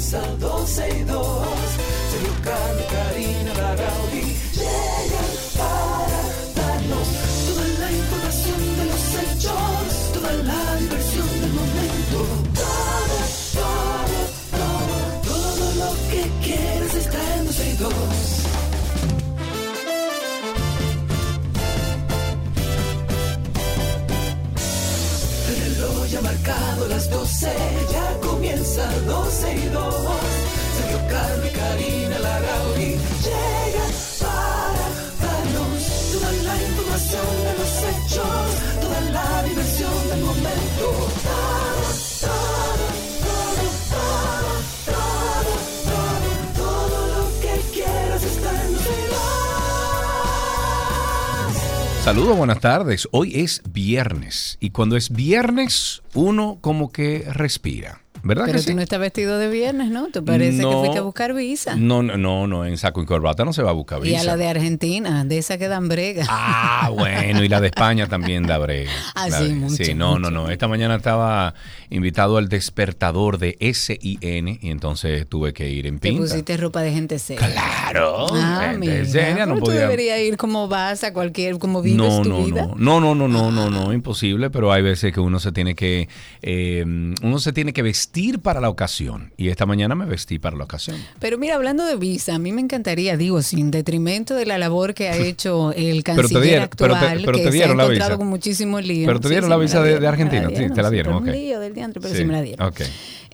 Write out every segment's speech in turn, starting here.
comienza 12 y 2. Sergio, Carlos, Karina, Larrauri llegan para darnos toda la información de los hechos, toda la diversión del momento. Todo lo que quieres está en 12 y 2. Ya marcado las 12, ya comienza 12 y 2. Sergio, Carlos y Karina Larrauri llegan para darnos toda la información de los hechos, toda la diversión del momento. Todo lo que quieras está en 12 y 2. Saludos, buenas tardes. Hoy es viernes y cuando es viernes uno como que respira. ¿Verdad Pero que tú sí? no estás vestido de viernes, ¿no? ¿Te parece que fuiste a buscar visa? No, en saco y corbata no se va a buscar visa. Y a la de Argentina, de esa que dan brega. Ah, bueno, y la de España también da brega. Sí, mucho. Sí, no. Esta mañana estaba invitado al despertador de SIN y entonces tuve que ir en Te pinta. pusiste ropa de gente seria. Claro, Mira, gente seria, no pero podía. tú deberías ir como vas a cualquier, como vives tu vida. No, imposible, pero hay veces que uno se tiene que vestir para la ocasión y esta mañana me vestí para la ocasión. Pero mira, hablando de visa, a mí me encantaría, digo, sin detrimento de la labor que ha hecho el canciller actual, pero que te se ha dieron la encontrado visa. con muchísimo lío. Pero te dieron la visa de Argentina, sí, te la dieron, ok. ok. Un lío del diantre, pero Sí, sí me la dieron. ok.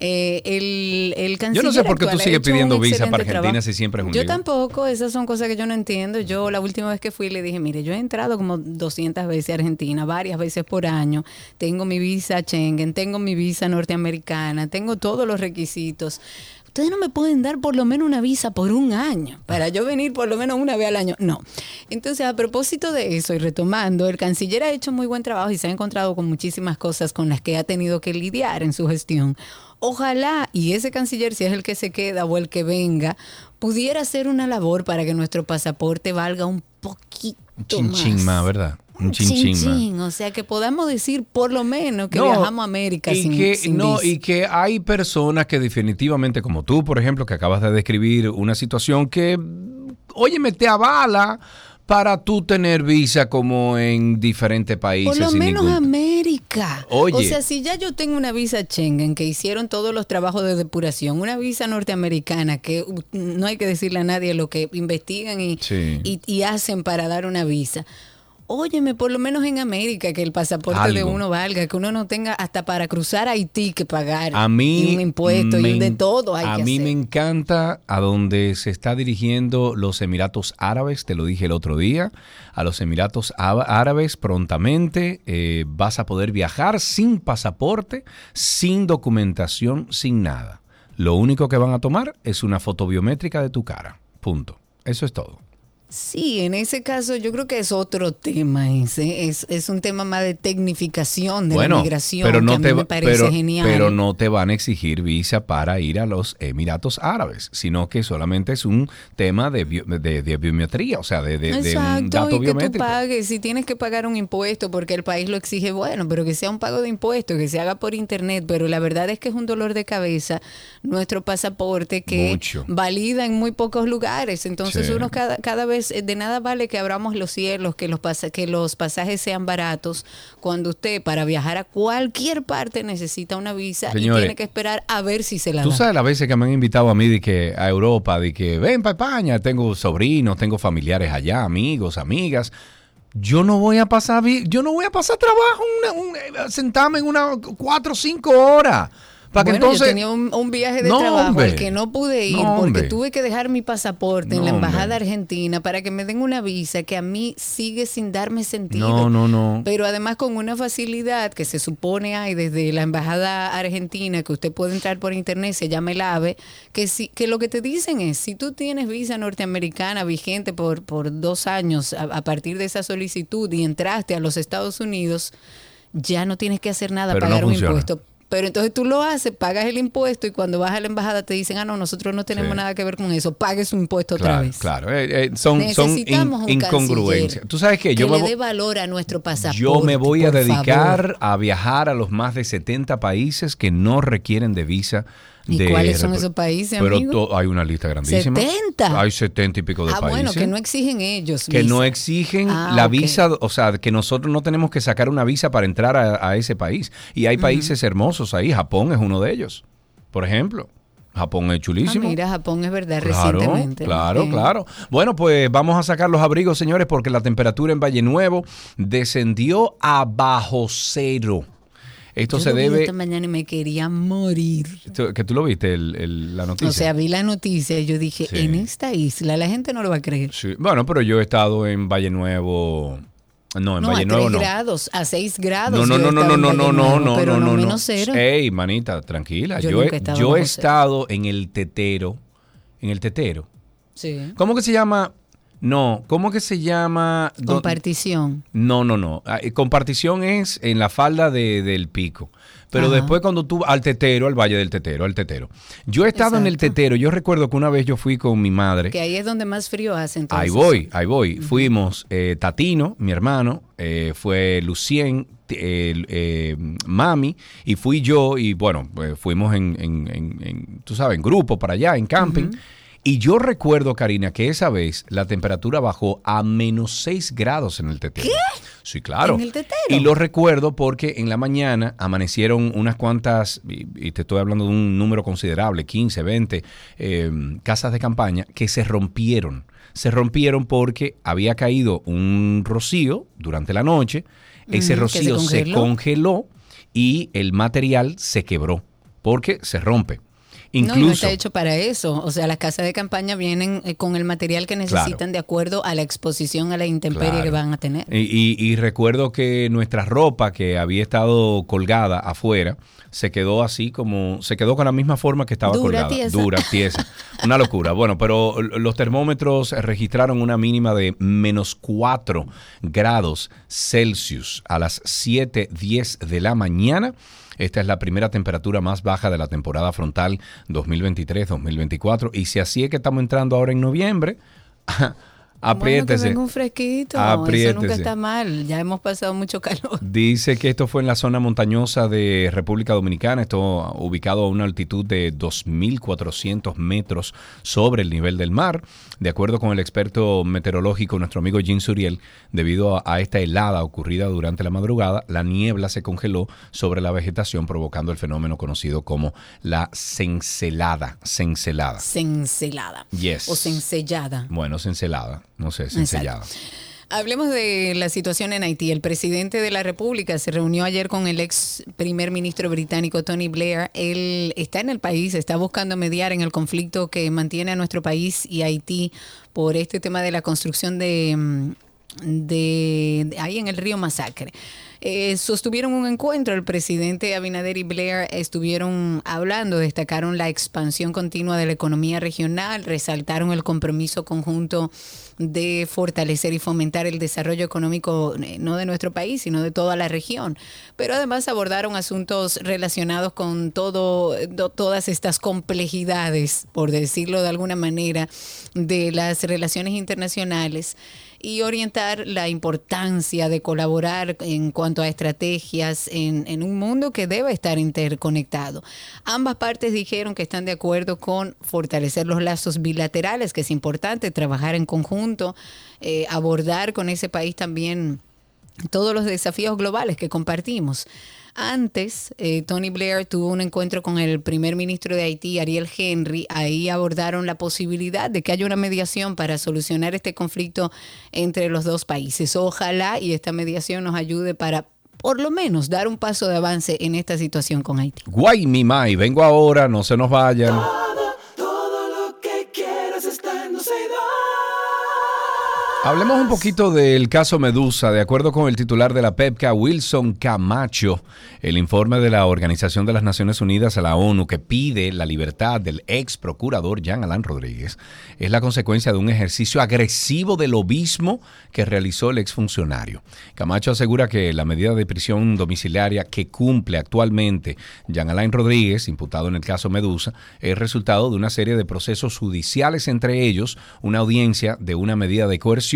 El canciller Yo no sé por qué tú actual ha sigues hecho pidiendo un visa para excelente Argentina trabajo. si siempre es un Yo lío. tampoco, esas son cosas que yo no entiendo. Yo la última vez que fui le dije, mire, yo he entrado como 200 veces a Argentina, varias veces por año. Tengo mi visa Schengen, tengo mi visa norteamericana, tengo todos los requisitos. Ustedes no me pueden dar por lo menos una visa por un año, para yo venir por lo menos una vez al año. No. Entonces, a propósito de eso y retomando, el canciller ha hecho muy buen trabajo y se ha encontrado con muchísimas cosas con las que ha tenido que lidiar en su gestión. Ojalá, y ese canciller, si es el que se queda o el que venga, pudiera hacer una labor para que nuestro pasaporte valga un poquito Un chin más, ¿verdad? Un chin más. O sea, que podamos decir por lo menos que viajamos a América sin visa. Y que hay personas que definitivamente, como tú, por ejemplo, que acabas de describir una situación que, óyeme, te avala para tú tener visa como en diferentes países. Por lo sin menos ningún... América. Oye. O sea, si ya yo tengo una visa Schengen, que hicieron todos los trabajos de depuración, una visa norteamericana, que no hay que decirle a nadie lo que investigan y hacen para dar una visa. Óyeme, por lo menos en América, que el pasaporte de uno valga, que uno no tenga hasta para cruzar Haití que pagar y un impuesto y de todo hay que hacer. A mí me encanta a donde se está dirigiendo los Emiratos Árabes, te lo dije el otro día, a los Emiratos Árabes prontamente vas a poder viajar sin pasaporte, sin documentación, sin nada. Lo único que van a tomar es una foto biométrica de tu cara, punto. Eso es todo. Sí, en ese caso yo creo que es otro tema ese, es un tema más de tecnificación de la migración, pero no que a mí me parece genial. Pero no te van a exigir visa para ir a los Emiratos Árabes, sino que solamente es un tema de biometría, o sea, de un dato y biométrico. Que tú pagues, si tienes que pagar un impuesto porque el país lo exige, bueno, pero que sea un pago de impuestos, que se haga por internet, pero la verdad es que es un dolor de cabeza nuestro pasaporte que valida en muy pocos lugares, entonces uno cada vez de nada vale que abramos los cielos, que los pasajes sean baratos, cuando usted para viajar a cualquier parte necesita una visa. Señores, y tiene que esperar a ver si se la da. Tú sabes las veces que me han invitado a mí a Europa, de que ven para España, tengo sobrinos, tengo familiares allá, amigos, amigas. Yo no voy a pasar trabajo, sentarme en 4 o 5 horas. Yo tenía un viaje de trabajo al que no pude ir porque tuve que dejar mi pasaporte en la embajada argentina para que me den una visa que a mí sigue sin darme sentido. No. Pero además con una facilidad que se supone hay desde la embajada argentina, que usted puede entrar por internet, se llama el AVE, que lo que te dicen es, si tú tienes visa norteamericana vigente por 2 años a partir de esa solicitud y entraste a los Estados Unidos, ya no tienes que hacer nada, pagar un impuesto. Pero entonces tú lo haces, pagas el impuesto y cuando vas a la embajada te dicen, nosotros no tenemos nada que ver con eso, pague su impuesto otra vez. Claro, son incongruencias. Tú sabes que le dé valor a nuestro pasaporte. Yo me voy a dedicar a viajar a los más de 70 países que no requieren de visa ¿Y cuáles son esos países, amigo? Hay una lista grandísima. ¿70? Hay 70 y pico de países. Bueno, que no exigen ellos que visa. No exigen la visa, o sea, que nosotros no tenemos que sacar una visa para entrar a ese país. Y hay países hermosos ahí. Japón es uno de ellos, por ejemplo. Japón es chulísimo. Mira, Japón es verdad, recientemente. Claro. Bueno, pues vamos a sacar los abrigos, señores, porque la temperatura en Valle Nuevo descendió a bajo cero. Esto se debe. Esta mañana y me quería morir. ¿Que tú lo viste, la noticia? O sea, vi la noticia y yo dije, en esta isla la gente no lo va a creer. Sí. Bueno, pero yo he estado en Valle Nuevo. No, en Valle Nuevo no. A 3 grados, a 6 grados. No. Pero no menos cero. Ey, manita, tranquila. Yo he estado en el tetero. ¿En el tetero? Sí. ¿Cómo que se llama? No, ¿cómo que se llama? Compartición. No. Compartición es en la falda del Pico. Pero después cuando tú al tetero, al Valle del Tetero, al tetero. Yo he estado en el tetero. Yo recuerdo que una vez yo fui con mi madre. Que ahí es donde más frío hace entonces. Ahí voy. Fuimos Tatino, mi hermano, fue Lucien, Mami, y fui yo. Y bueno, pues fuimos tú sabes, en grupo para allá, en camping. Y yo recuerdo, Karina, que esa vez la temperatura bajó a -6 grados en el tetero. ¿Qué? Sí, claro. ¿En el tetero? Y lo recuerdo porque en la mañana amanecieron unas cuantas, y te estoy hablando de un número considerable, 15, 20 casas de campaña que se rompieron. Se rompieron porque había caído un rocío durante la noche. Ese rocío se congeló y el material se quebró porque se rompe. Incluso, no está hecho para eso. O sea, las casas de campaña vienen con el material que necesitan de acuerdo a la exposición a la intemperie que van a tener. Y recuerdo que nuestra ropa que había estado colgada afuera se quedó así como, se quedó con la misma forma que estaba colgada. Dura, tiesa. Una locura. Bueno, pero los termómetros registraron una mínima de -4 grados Celsius a las 7:10 de la mañana. Esta es la primera temperatura más baja de la temporada frontal 2023-2024. Y si así es que estamos entrando ahora en noviembre, apriétese. Bueno, que venga un fresquito. Eso nunca está mal. Ya hemos pasado mucho calor. Dice que esto fue en la zona montañosa de República Dominicana. Esto ubicado a una altitud de 2.400 metros sobre el nivel del mar. De acuerdo con el experto meteorológico, nuestro amigo Jean Suriel, debido a esta helada ocurrida durante la madrugada, la niebla se congeló sobre la vegetación, provocando el fenómeno conocido como la cincelada. Cincelada. Yes. O cincellada. Bueno, cincelada. No sé, cincellada. Hablemos de la situación en Haití. El presidente de la República se reunió ayer con el ex primer ministro británico Tony Blair. Él está en el país, está buscando mediar en el conflicto que mantiene a nuestro país y Haití por este tema de la construcción de ahí en el río Masacre. Sostuvieron un encuentro, el presidente Abinader y Blair estuvieron hablando, destacaron la expansión continua de la economía regional, resaltaron el compromiso conjunto de fortalecer y fomentar el desarrollo económico no de nuestro país, sino de toda la región. Pero además abordaron asuntos relacionados con todas estas complejidades, por decirlo de alguna manera, de las relaciones internacionales y orientar la importancia de colaborar en cuanto a estrategias en un mundo que debe estar interconectado. Ambas partes dijeron que están de acuerdo con fortalecer los lazos bilaterales, que es importante trabajar en conjunto, abordar con ese país también todos los desafíos globales que compartimos. Antes, Tony Blair tuvo un encuentro con el primer ministro de Haití, Ariel Henry. Ahí abordaron la posibilidad de que haya una mediación para solucionar este conflicto entre los dos países. Ojalá y esta mediación nos ayude para, por lo menos, dar un paso de avance en esta situación con Haití. Guay, mi mai, vengo ahora, no se nos vayan. Todo lo que quieras está en Dulceida. Hablemos un poquito del caso Medusa. De acuerdo con el titular de la PEPCA, Wilson Camacho, el informe de la Organización de las Naciones Unidas a la ONU que pide la libertad del ex procurador Jean Alain Rodríguez es la consecuencia de un ejercicio agresivo de lobismo que realizó el exfuncionario. Camacho asegura que la medida de prisión domiciliaria que cumple actualmente Jean Alain Rodríguez, imputado en el caso Medusa, es resultado de una serie de procesos judiciales, entre ellos una audiencia de una medida de coerción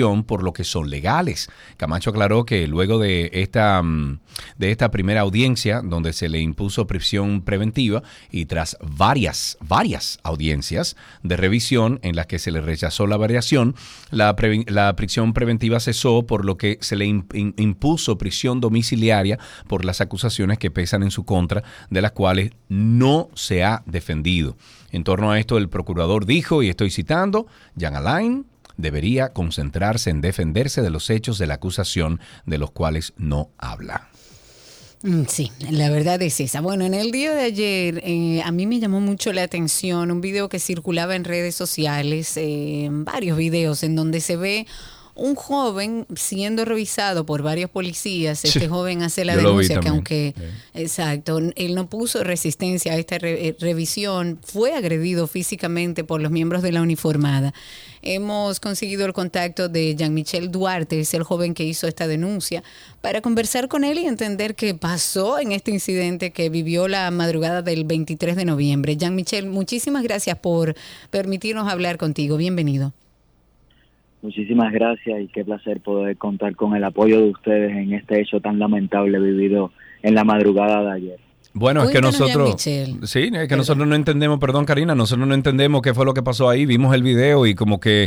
revisión por lo que son legales. Camacho aclaró que luego de esta primera audiencia, donde se le impuso prisión preventiva, y tras varias audiencias de revisión en las que se le rechazó la variación, la prisión preventiva cesó, por lo que se le impuso prisión domiciliaria por las acusaciones que pesan en su contra, de las cuales no se ha defendido. En torno a esto, el procurador dijo, y estoy citando, Jean Alain debería concentrarse en defenderse de los hechos de la acusación de los cuales no habla. Sí, la verdad es esa. Bueno, en el día de ayer a mí me llamó mucho la atención un video que circulaba en redes sociales, varios videos en donde se ve un joven siendo revisado por varios policías. Este joven hace la denuncia que aunque, exacto, él no puso resistencia a esta revisión, fue agredido físicamente por los miembros de la uniformada. Hemos conseguido el contacto de Jean-Michel Duarte, es el joven que hizo esta denuncia, para conversar con él y entender qué pasó en este incidente que vivió la madrugada del 23 de noviembre. Jean-Michel, muchísimas gracias por permitirnos hablar contigo. Bienvenido. Muchísimas gracias y qué placer poder contar con el apoyo de ustedes en este hecho tan lamentable vivido en la madrugada de ayer. Bueno, Cuéntanos, es que nosotros, sí, es que nosotros no entendemos, perdón Karina, nosotros no entendemos qué fue lo que pasó ahí, vimos el video y como que,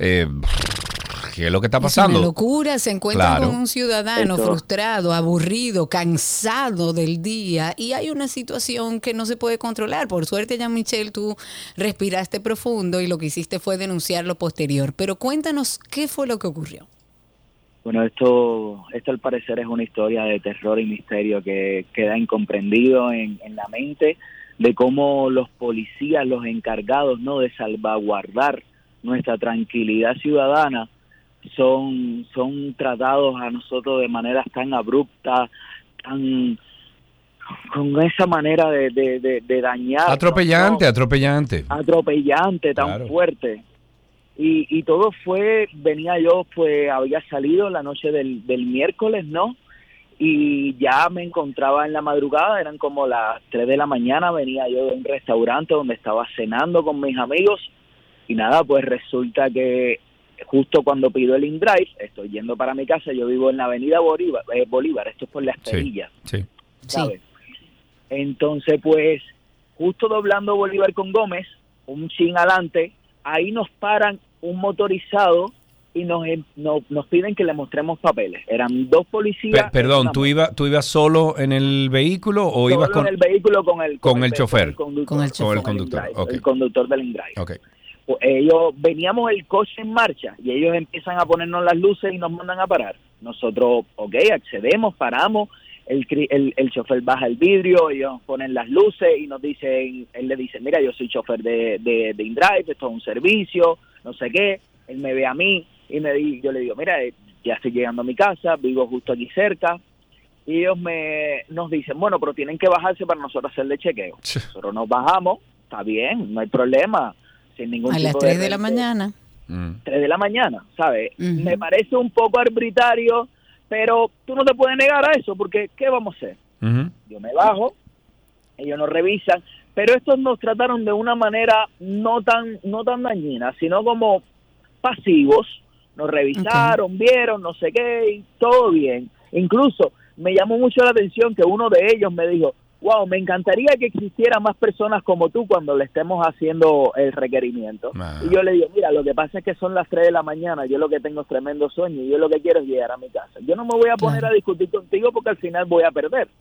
¿qué es lo que está pasando? Es una locura, se encuentra con un ciudadano frustrado, aburrido, cansado del día y hay una situación que no se puede controlar. Por suerte, Jean-Michel, tú respiraste profundo y lo que hiciste fue denunciar lo posterior. Pero cuéntanos, ¿qué fue lo que ocurrió? Bueno, esto al parecer es una historia de terror y misterio que queda incomprendido en la mente de cómo los policías, los encargados, ¿no?, de salvaguardar nuestra tranquilidad ciudadana, son tratados a nosotros de maneras tan abruptas, con esa manera de dañar. Atropellante, tan fuerte. Y todo había salido la noche del miércoles, ¿no? Y ya me encontraba en la madrugada, eran como las 3 de la mañana, venía yo de un restaurante donde estaba cenando con mis amigos, y nada, pues resulta que justo cuando pido el InDrive, estoy yendo para mi casa, yo vivo en la avenida Bolívar, esto es por Las Perillas, ¿sabes? Entonces, pues, justo doblando Bolívar con Gómez, un chin adelante, ahí nos paran un motorizado y nos piden que le mostremos papeles. Eran dos policías. Perdón, ¿tú ibas solo en el vehículo o ibas con el vehículo con el chofer? Con el conductor. Okay. El conductor del InDrive. Okay. Pues veníamos el coche en marcha y ellos empiezan a ponernos las luces y nos mandan a parar. Nosotros, accedemos, paramos. El chofer baja el vidrio, ellos ponen las luces y él le dice, mira, yo soy chofer de InDrive, esto es un servicio, no sé qué. Él me ve a mí y yo le digo, mira, ya estoy llegando a mi casa, vivo justo aquí cerca. Y ellos nos dicen, bueno, pero tienen que bajarse para nosotros hacerle chequeo. Nosotros nos bajamos, está bien, no hay problema, sin ningún tipo de... A las 3 de la mañana. 3 de la mañana, ¿sabes? Me parece un poco arbitrario, pero tú no te puedes negar a eso, porque ¿qué vamos a hacer? Yo me bajo, ellos nos revisan, pero estos nos trataron de una manera no tan dañina, sino como pasivos. Nos revisaron, vieron, no sé qué, y todo bien. Incluso me llamó mucho la atención que uno de ellos me dijo, wow, me encantaría que existiera más personas como tú cuando le estemos haciendo el requerimiento. Y yo le digo, mira, lo que pasa es que son las 3 de la mañana, yo lo que tengo es tremendo sueño y yo lo que quiero es llegar a mi casa. Yo no me voy a poner a discutir contigo porque al final voy a perder.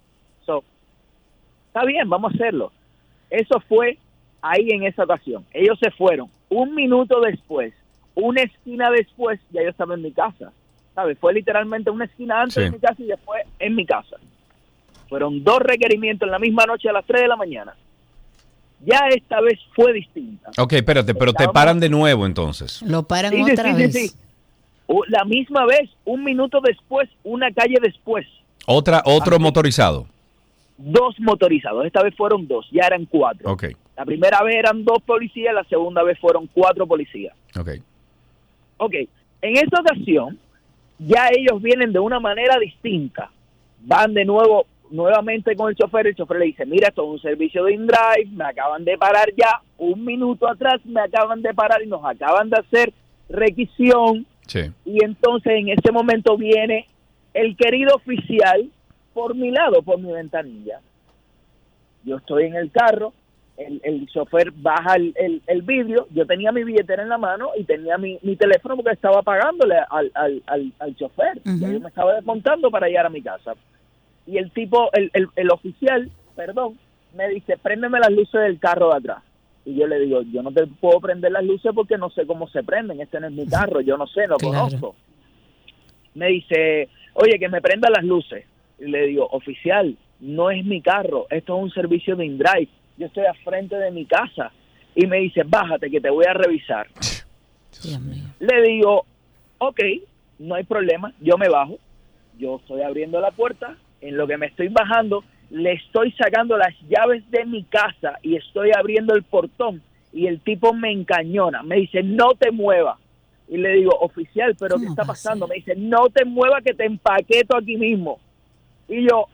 Está bien, vamos a hacerlo. Eso fue ahí en esa ocasión. Ellos se fueron. Un minuto después, una esquina después, ya yo estaba en mi casa. ¿Sabes? Fue literalmente una esquina antes de mi casa y después en mi casa. Fueron 2 requerimientos en la misma noche a las 3 de la mañana. Ya esta vez fue distinta. Ok, espérate, pero te paran de nuevo entonces. Lo paran otra vez. Sí. La misma vez, un minuto después, una calle después. Otro motorizado. 2 motorizados, esta vez fueron 2, ya eran 4. Okay. La primera vez eran 2 policías, la segunda vez fueron 4 policías. Ok, en esta ocasión, ya ellos vienen de una manera distinta. Van nuevamente con el chofer le dice, mira, esto es un servicio de InDrive, me acaban de parar ya, un minuto atrás me acaban de parar y nos acaban de hacer requisición. Sí. Y entonces en ese momento viene el querido oficial por mi lado, por mi ventanilla. Yo estoy en el carro, el chofer baja el vidrio, yo tenía mi billetera en la mano y tenía mi teléfono porque estaba pagándole al chofer. Y yo me estaba desmontando para llegar a mi casa. Y el tipo, el oficial, perdón, me dice, préndeme las luces del carro de atrás. Y yo le digo, yo no te puedo prender las luces porque no sé cómo se prenden, este no es mi carro, yo no sé, no conozco. Me dice, oye, que me prenda las luces. Y le digo, oficial, no es mi carro, esto es un servicio de InDrive, yo estoy al frente de mi casa. Y me dice, bájate que te voy a revisar. Dios mío. Le digo, ok, no hay problema, yo me bajo, yo estoy abriendo la puerta, en lo que me estoy bajando, le estoy sacando las llaves de mi casa y estoy abriendo el portón y el tipo me encañona, me dice, no te muevas. Y le digo, oficial, ¿pero qué está pasando? Me dice, no te muevas que te empaqueto aquí mismo. Y yo,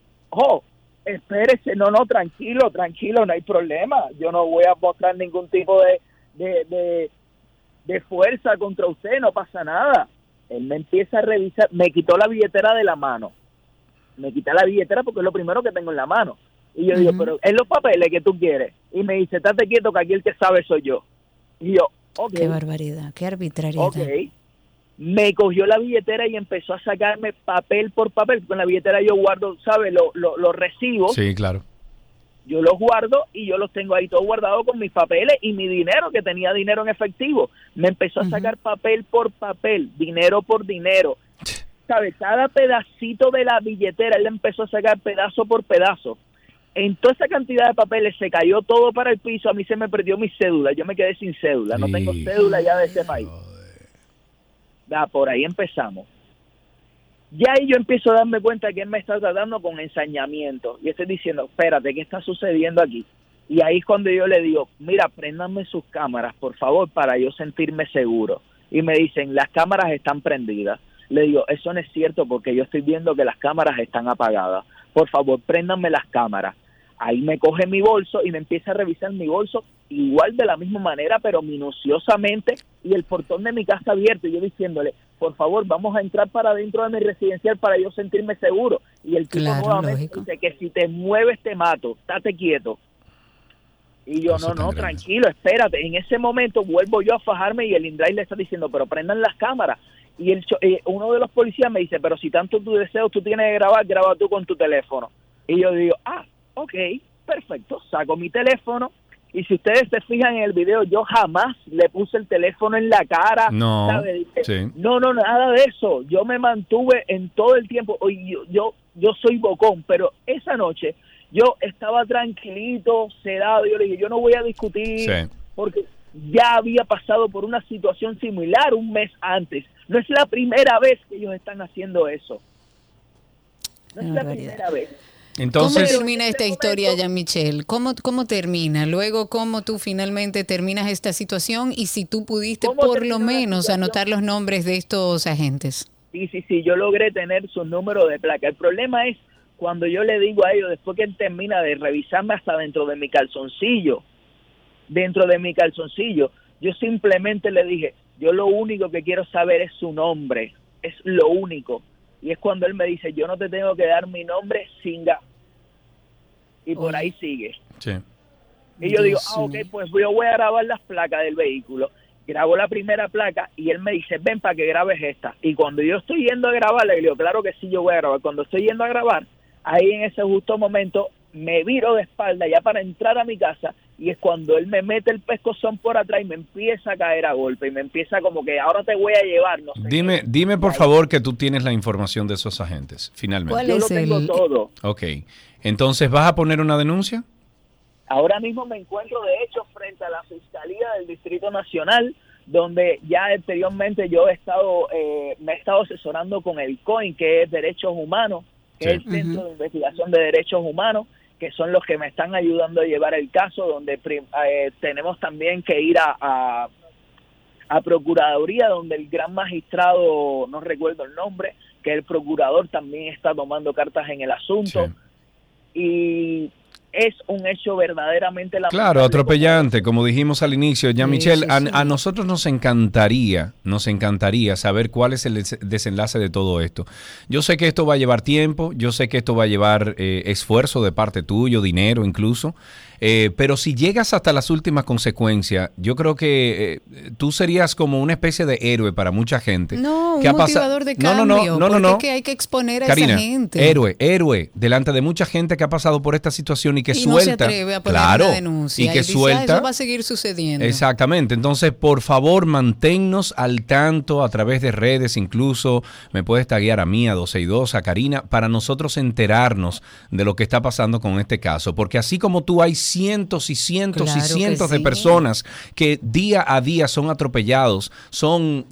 espérese, no, tranquilo, no hay problema. Yo no voy a mostrar ningún tipo de fuerza contra usted, no pasa nada. Él me empieza a revisar, me quitó la billetera de la mano. Me quita la billetera porque es lo primero que tengo en la mano. Y yo digo, pero es los papeles que tú quieres. Y me dice, estate quieto que aquí el que sabe soy yo. Y yo, ok. Qué barbaridad, qué arbitrariedad. Ok. Me cogió la billetera y empezó a sacarme papel por papel. Con la billetera yo guardo, ¿sabes? Los recibos. Sí, claro. Yo los guardo y yo los tengo ahí todos guardados con mis papeles y mi dinero, que tenía dinero en efectivo. Me empezó a sacar papel por papel, dinero por dinero. ¿Sabes? Cada pedacito de la billetera, él empezó a sacar pedazo por pedazo. En toda esa cantidad de papeles se cayó todo para el piso, a mí se me perdió mi cédula, yo me quedé sin cédula, no tengo cédula ya de ese país. Por ahí empezamos. Ya ahí yo empiezo a darme cuenta que él me está tratando con ensañamiento. Y estoy diciendo, espérate, ¿qué está sucediendo aquí? Y ahí es cuando yo le digo, mira, préndanme sus cámaras, por favor, para yo sentirme seguro. Y me dicen, las cámaras están prendidas. Le digo, eso no es cierto porque yo estoy viendo que las cámaras están apagadas. Por favor, préndanme las cámaras. Ahí me coge mi bolso y me empieza a revisar mi bolso igual de la misma manera, pero minuciosamente, y el portón de mi casa abierto, y yo diciéndole, por favor, vamos a entrar para adentro de mi residencial para yo sentirme seguro. Y el tipo nuevamente dice que si te mueves te mato, estate quieto. Y yo, no, tranquilo, espérate. En ese momento vuelvo yo a fajarme y el InDrive le está diciendo, pero prendan las cámaras. Y uno de los policías me dice, pero si tanto tu deseo tú tienes que grabar, graba tú con tu teléfono. Y yo digo, ok, perfecto, saco mi teléfono. Y si ustedes se fijan en el video, yo jamás le puse el teléfono en la cara. No, ¿sabes? sí. No, nada de eso. Yo me mantuve en todo el tiempo. Yo soy bocón, pero esa noche yo estaba tranquilito, sedado. Yo le dije, yo no voy a discutir porque ya había pasado por una situación similar un mes antes. No es la primera vez que ellos están haciendo eso. No es la primera vez. Entonces, ¿cómo termina esta historia, Jean-Michel? ¿Cómo termina? Luego, ¿cómo tú finalmente terminas esta situación? Y si tú pudiste por lo menos anotar los nombres de estos agentes. Sí, yo logré tener su número de placa. El problema es cuando yo le digo a ellos, después que él termina de revisarme hasta dentro de mi calzoncillo, yo simplemente le dije, yo lo único que quiero saber es su nombre, es lo único. Y es cuando él me dice, yo no te tengo que dar mi nombre sin gas. Y por ahí sigue. Sí. Y yo digo, ok, pues yo voy a grabar las placas del vehículo. Grabo la primera placa y él me dice, ven para que grabes esta. Y cuando yo estoy yendo a grabar, le digo, claro que sí, yo voy a grabar. Cuando estoy yendo a grabar, ahí en ese justo momento me viro de espalda ya para entrar a mi casa y es cuando él me mete el pescozón por atrás y me empieza a caer a golpe y me empieza como que ahora te voy a llevar, no sé. Dime por favor que tú tienes la información de esos agentes, finalmente. Yo lo tengo todo. Ok, entonces ¿vas a poner una denuncia? Ahora mismo me encuentro de hecho frente a la Fiscalía del Distrito Nacional, donde ya anteriormente yo me he estado asesorando con el COIN, que es Derechos Humanos, que es el Centro de Investigación de Derechos Humanos, que son los que me están ayudando a llevar el caso, donde tenemos también que ir a Procuraduría, donde el gran magistrado, no recuerdo el nombre, que el procurador también está tomando cartas en el asunto. Y es un hecho verdaderamente lamentable. Claro, atropellante, como dijimos al inicio. Ya, Michelle, a nosotros nos encantaría saber cuál es el desenlace de todo esto. Yo sé que esto va a llevar tiempo, yo sé que esto va a llevar esfuerzo de parte tuyo, dinero incluso, pero si llegas hasta las últimas consecuencias, yo creo que tú serías como una especie de héroe para mucha gente. No, un motivador de cambio. No. Es que hay que exponer a Karina, esa gente. Héroe, delante de mucha gente que ha pasado por esta situación y que suelta. No se atreve a poner una denuncia. Y que dice, suelta. Eso va a seguir sucediendo. Exactamente. Entonces, por favor, manténnos al tanto a través de redes, incluso me puedes taguear a mí, a 12y2, a Karina, para nosotros enterarnos de lo que está pasando con este caso. Porque así como tú, hay cientos y cientos y cientos de personas que día a día son atropellados, son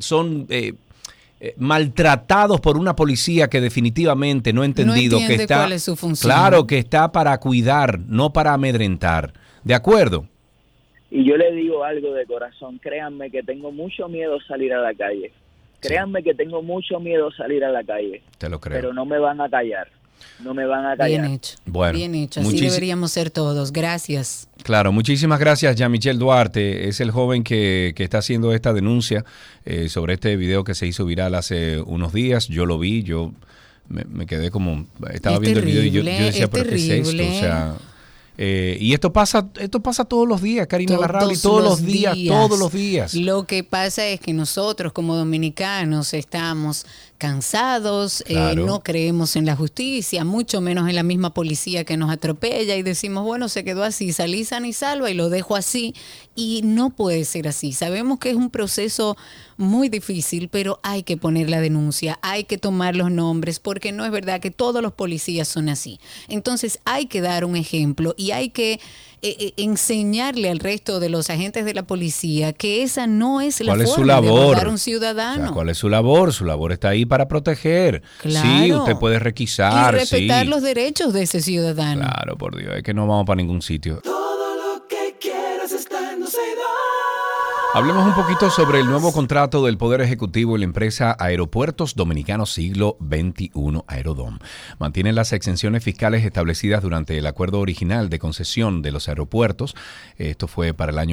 maltratados por una policía que definitivamente no ha entendido que está, cuál es su función. Claro, que está para cuidar, no para amedrentar. ¿De acuerdo? Y yo le digo algo de corazón, créanme que tengo mucho miedo a salir a la calle. Créanme que tengo mucho miedo a salir a la calle. Te lo creo. Pero no me van a callar. No me van a callar. Bien hecho. Bueno, bien hecho. Así deberíamos ser todos. Gracias. Claro, muchísimas gracias, Jean-Michel Duarte. Es el joven que está haciendo esta denuncia sobre este video que se hizo viral hace unos días. Yo lo vi, yo me quedé como... Estaba viendo el video y yo decía, ¿pero qué es esto? O sea... y esto pasa todos los días, Karina Larrauri, todos los días. Lo que pasa es que nosotros como dominicanos estamos cansados, claro. No creemos en la justicia, mucho menos en la misma policía que nos atropella y decimos, bueno, se quedó así, salí sana y salva y lo dejo así. Y no puede ser así. Sabemos que es un proceso muy difícil, pero hay que poner la denuncia, hay que tomar los nombres, porque no es verdad que todos los policías son así. Entonces hay que dar un ejemplo y hay que enseñarle al resto de los agentes de la policía que esa no es la forma de abordar a un ciudadano. O sea, ¿cuál es su labor? Su labor está ahí para proteger. Claro. Sí, usted puede requisar. Y respetar los derechos de ese ciudadano. Claro, por Dios, es que no vamos para ningún sitio. Todo lo que quieras está en 12y2. Hablemos un poquito sobre el nuevo contrato del Poder Ejecutivo y la empresa Aeropuertos Dominicanos Siglo XXI, Aerodom. Mantiene las exenciones fiscales establecidas durante el acuerdo original de concesión de los aeropuertos. Esto fue para el año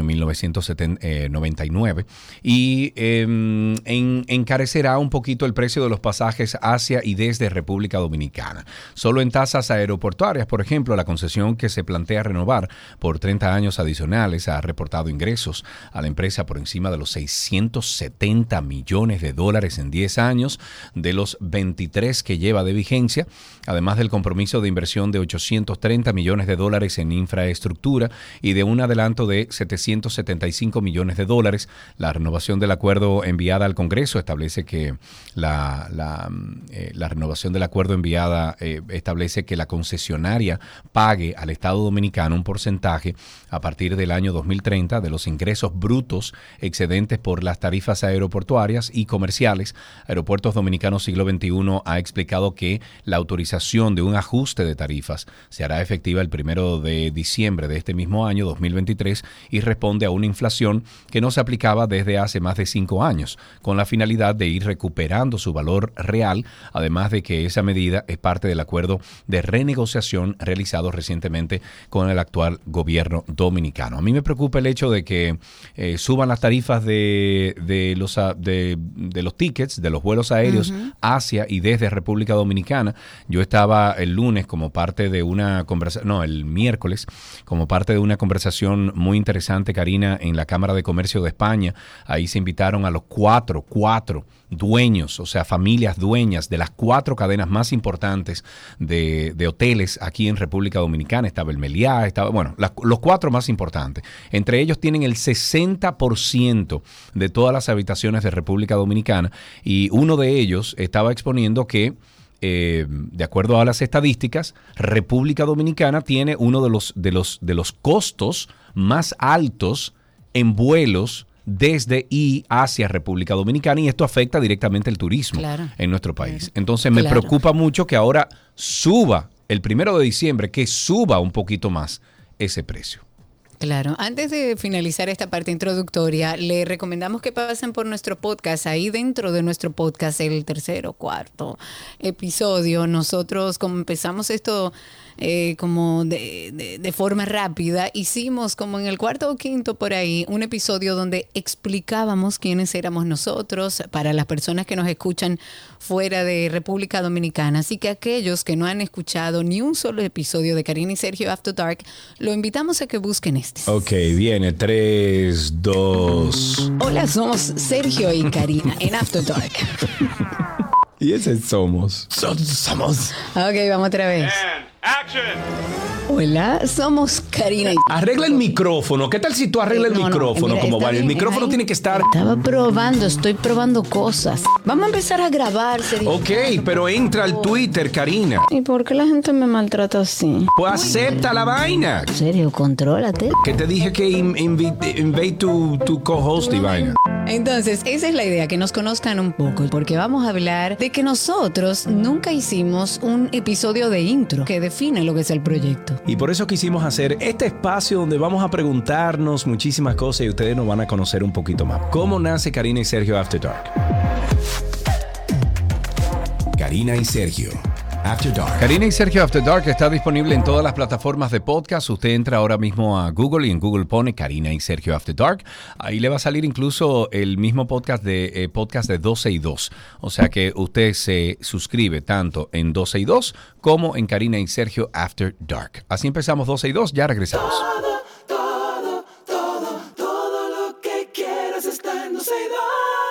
1999. Y encarecerá un poquito el precio de los pasajes hacia y desde República Dominicana. Solo en tasas aeroportuarias, por ejemplo, la concesión que se plantea renovar por 30 años adicionales ha reportado ingresos a la empresa por encima de los $670 millones en 10 años, de los 23 que lleva de vigencia, además del compromiso de inversión de $830 millones en infraestructura y de un adelanto de $775 millones. La renovación del acuerdo enviada al Congreso establece que la renovación del acuerdo enviada establece que la concesionaria pague al Estado Dominicano un porcentaje a partir del año 2030 de los ingresos brutos excedentes por las tarifas aeroportuarias y comerciales. Aeropuertos Dominicanos Siglo XXI ha explicado que la autorización de un ajuste de tarifas se hará efectiva el 1 de diciembre de este mismo año, 2023, y responde a una inflación que no se aplicaba desde hace más de 5 años, con la finalidad de ir recuperando su valor real, además de que esa medida es parte del acuerdo de renegociación realizado recientemente con el actual gobierno dominicano. A mí me preocupa el hecho de que suban las tarifas de los tickets, de los vuelos aéreos hacia y desde República Dominicana. Yo estaba el lunes como parte de una conversación, el miércoles, como parte de una conversación muy interesante, Karina, en la Cámara de Comercio de España. Ahí se invitaron a los cuatro dueños, o sea, familias dueñas de las 4 cadenas más importantes de hoteles aquí en República Dominicana. Estaba el Meliá, los 4 más importantes. Entre ellos tienen el 60% de todas las habitaciones de República Dominicana, y uno de ellos estaba exponiendo que de acuerdo a las estadísticas, República Dominicana tiene uno de los costos más altos en vuelos desde y hacia República Dominicana, y esto afecta directamente el turismo en nuestro país. Entonces me preocupa mucho que ahora suba el 1 de diciembre, que suba un poquito más ese precio. Claro, antes de finalizar esta parte introductoria, le recomendamos que pasen por nuestro podcast. Ahí dentro de nuestro podcast, el 3º, 4º episodio, nosotros como empezamos esto como de forma rápida, hicimos como en el 4º o 5º por ahí un episodio donde explicábamos quiénes éramos nosotros para las personas que nos escuchan fuera de República Dominicana. Así que aquellos que no han escuchado ni un solo episodio de Karina y Sergio After Dark, lo invitamos a que busquen este. Ok, viene 3, 2. Hola, somos Sergio y Karina en After Dark. Y ese somos. Somos. Ok, vamos otra vez. Action. Hola, somos Karina y... Arregla el micrófono. ¿Qué tal si tú arreglas el micrófono? mira, Como está vale, el bien, micrófono ahí. tiene que estar... Estoy probando cosas. Vamos a empezar a grabar, Sergio. Ok, pero entra al Twitter, Karina. ¿Y por qué la gente me maltrata así? Pues acepta la vaina. Sergio, contrólate. Que te dije que invade tu co-host y vaina. Entonces, esa es la idea, que nos conozcan un poco, porque vamos a hablar de que nosotros nunca hicimos un episodio de intro que define lo que es el proyecto. Y por eso quisimos hacer este espacio donde vamos a preguntarnos muchísimas cosas y ustedes nos van a conocer un poquito más. ¿Cómo nace Karina y Sergio After Dark? Karina y Sergio After Dark. Karina y Sergio After Dark está disponible en todas las plataformas de podcast. Usted entra ahora mismo a Google y en Google pone Karina y Sergio After Dark. Ahí le va a salir incluso el mismo podcast de 12 y 2. O sea que usted se suscribe tanto en 12 y 2 como en Karina y Sergio After Dark. Así empezamos 12 y 2, ya regresamos. Todo lo que quieras está en 12 y 2.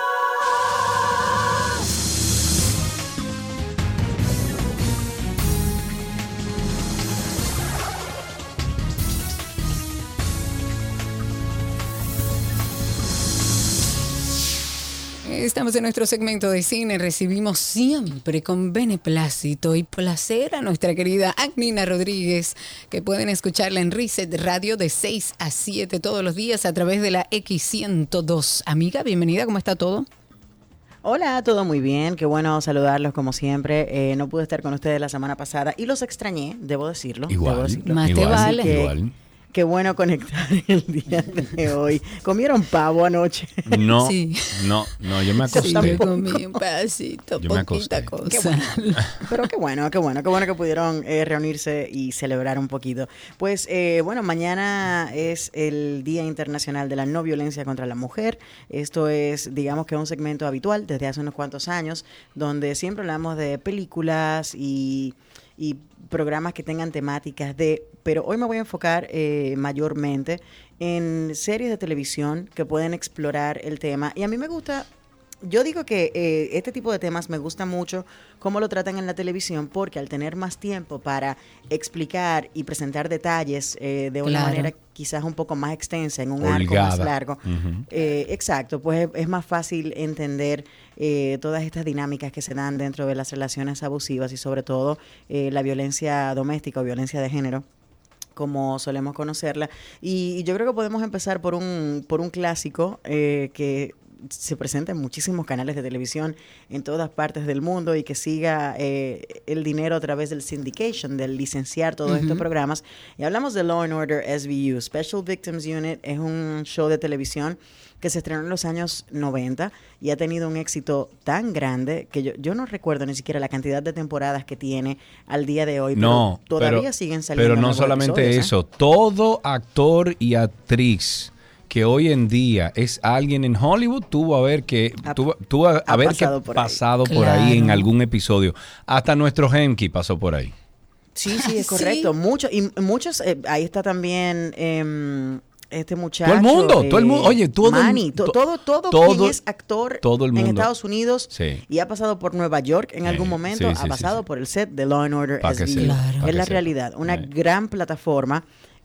Estamos en nuestro segmento de cine. Recibimos siempre con beneplácito y placer a nuestra querida Agnina Rodríguez, que pueden escucharla en Reset Radio de 6 a 7 todos los días a través de la X102. Amiga, bienvenida, ¿cómo está todo? Hola, todo muy bien, qué bueno saludarlos como siempre. No pude estar con ustedes la semana pasada y los extrañé, debo decirlo. Igual. Más te vale. Igual. Qué bueno conectar el día de hoy. ¿Comieron pavo anoche? No, Sí. no, yo me acosté. Sí, yo comí un pedacito, Yo me poquita acosté. cosa. Pero qué bueno que pudieron reunirse y celebrar un poquito. Pues bueno, mañana es el Día Internacional de la No Violencia contra la Mujer. Esto es, digamos que un segmento habitual desde hace unos cuantos años, donde siempre hablamos de películas y programas que tengan temáticas pero hoy me voy a enfocar mayormente en series de televisión que pueden explorar el tema. Y a mí me gusta, yo digo que este tipo de temas me gusta mucho cómo lo tratan en la televisión, porque al tener más tiempo para explicar y presentar detalles de una Claro. manera quizás un poco más extensa, en un Holgada. arco más largo, Ujú. exacto, pues es más fácil entender todas estas dinámicas que se dan dentro de las relaciones abusivas y sobre todo la violencia doméstica o violencia de género, como solemos conocerla. Y yo creo que podemos empezar por un clásico que se presenta en muchísimos canales de televisión en todas partes del mundo y que siga el dinero a través del syndication, del licenciar todos estos programas. Y hablamos de Law & Order SVU. Special Victims Unit es un show de televisión que se estrenó en los años 90 y ha tenido un éxito tan grande que yo no recuerdo ni siquiera la cantidad de temporadas que tiene al día de hoy, No, pero todavía pero, siguen saliendo pero no nuevos solamente episodios, eso, todo actor y actriz que hoy en día es alguien en Hollywood tuvo que pasado por ahí. pasado por ahí en Claro. algún episodio. Hasta nuestro Hemky pasó por ahí. Sí, sí, es Sí. correcto. Muchos, ahí está también este muchacho. Todo el mundo, oye, todo el- Manny, to- todo todo- quien es actor todo el en mundo. Estados Unidos Sí. y ha pasado por Nueva York en algún momento, sí, sí, ha pasado sí. por el set de Law & Order Pa' que SVU. sepa, Claro. pa' Es que la sepa. realidad, una gran plataforma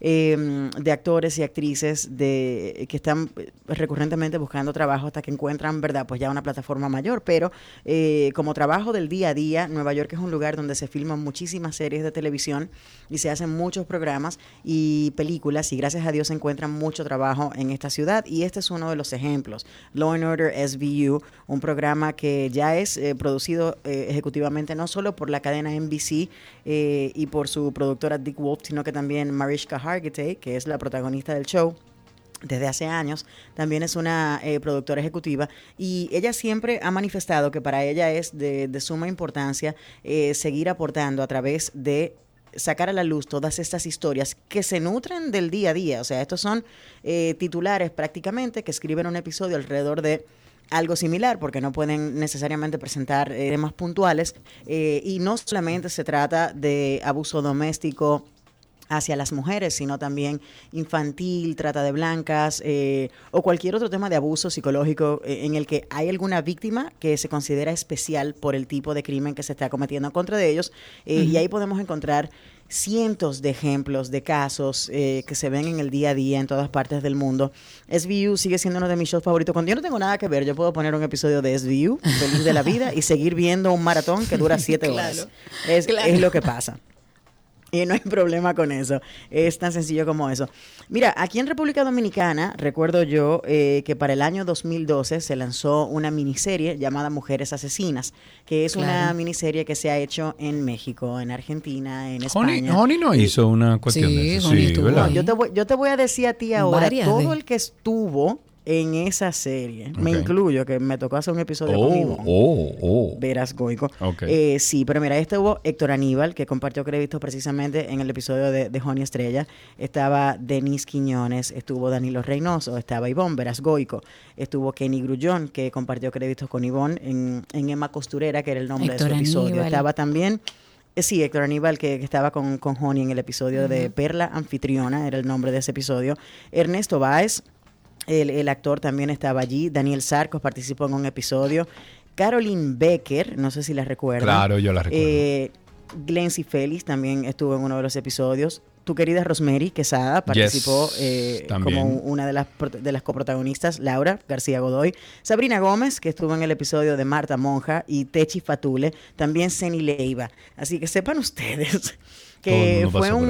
de actores y actrices que están recurrentemente buscando trabajo hasta que encuentran, ¿verdad? Pues ya una plataforma mayor, pero como trabajo del día a día, Nueva York es un lugar donde se filman muchísimas series de televisión y se hacen muchos programas y películas y gracias a Dios se encuentran mucho trabajo en esta ciudad y este es uno de los ejemplos. Law & Order SVU, un programa que ya es producido ejecutivamente no solo por la cadena NBC y por su productora Dick Wolf, sino que también Mariska Hargitay, que es la protagonista del show desde hace años, también es una productora ejecutiva, y ella siempre ha manifestado que para ella es de suma importancia seguir aportando a través de sacar a la luz todas estas historias que se nutren del día a día. O sea, estos son titulares prácticamente que escriben un episodio alrededor de algo similar, porque no pueden necesariamente presentar temas puntuales, y no solamente se trata de abuso doméstico hacia las mujeres, sino también infantil, trata de blancas, o cualquier otro tema de abuso psicológico en el que hay alguna víctima que se considera especial por el tipo de crimen que se está cometiendo contra de ellos, y ahí podemos encontrar cientos de ejemplos de casos que se ven en el día a día en todas partes del mundo. SVU sigue siendo uno de mis shows favoritos. Cuando yo no tengo nada que ver, yo puedo poner un episodio de SVU, feliz de la vida, y seguir viendo un maratón que dura 7 horas. Es lo que pasa. Y no hay problema con eso. Es tan sencillo como eso. Mira, aquí en República Dominicana, recuerdo yo que para el año 2012 se lanzó una miniserie llamada Mujeres Asesinas, que es una miniserie que se ha hecho en México, en Argentina, en España. Honey no hizo una cuestión de eso. Sí, ¿verdad? No, yo te voy a decir a ti ahora, todo el que estuvo en esa serie, me incluyo, que me tocó hacer un episodio con Ivonne Verasgoico. Sí, pero mira, estuvo Héctor Aníbal, que compartió créditos precisamente en el episodio de Honey Estrella. Estaba Denise Quiñones, estuvo Danilo Reynoso, estaba Ivonne Verasgoico, estuvo Kenny Grullón, que compartió créditos con Ivonne en Emma Costurera, que era el nombre Héctor de su episodio. Aníbal. Estaba también... Sí, Héctor Aníbal, que estaba con Honey en el episodio de Perla Anfitriona, era el nombre de ese episodio. Ernesto Báez, el actor, también estaba allí. Daniel Sarcos participó en un episodio. Caroline Becker, no sé si la recuerdan. Claro, yo la recuerdo. Glency Félix también estuvo en uno de los episodios. Tu querida Rosemary Quesada participó como una de las coprotagonistas. Laura García Godoy. Sabrina Gómez, que estuvo en el episodio de Marta Monja. Y Techi Fatule. También Ceni Leiva. Así que sepan ustedes que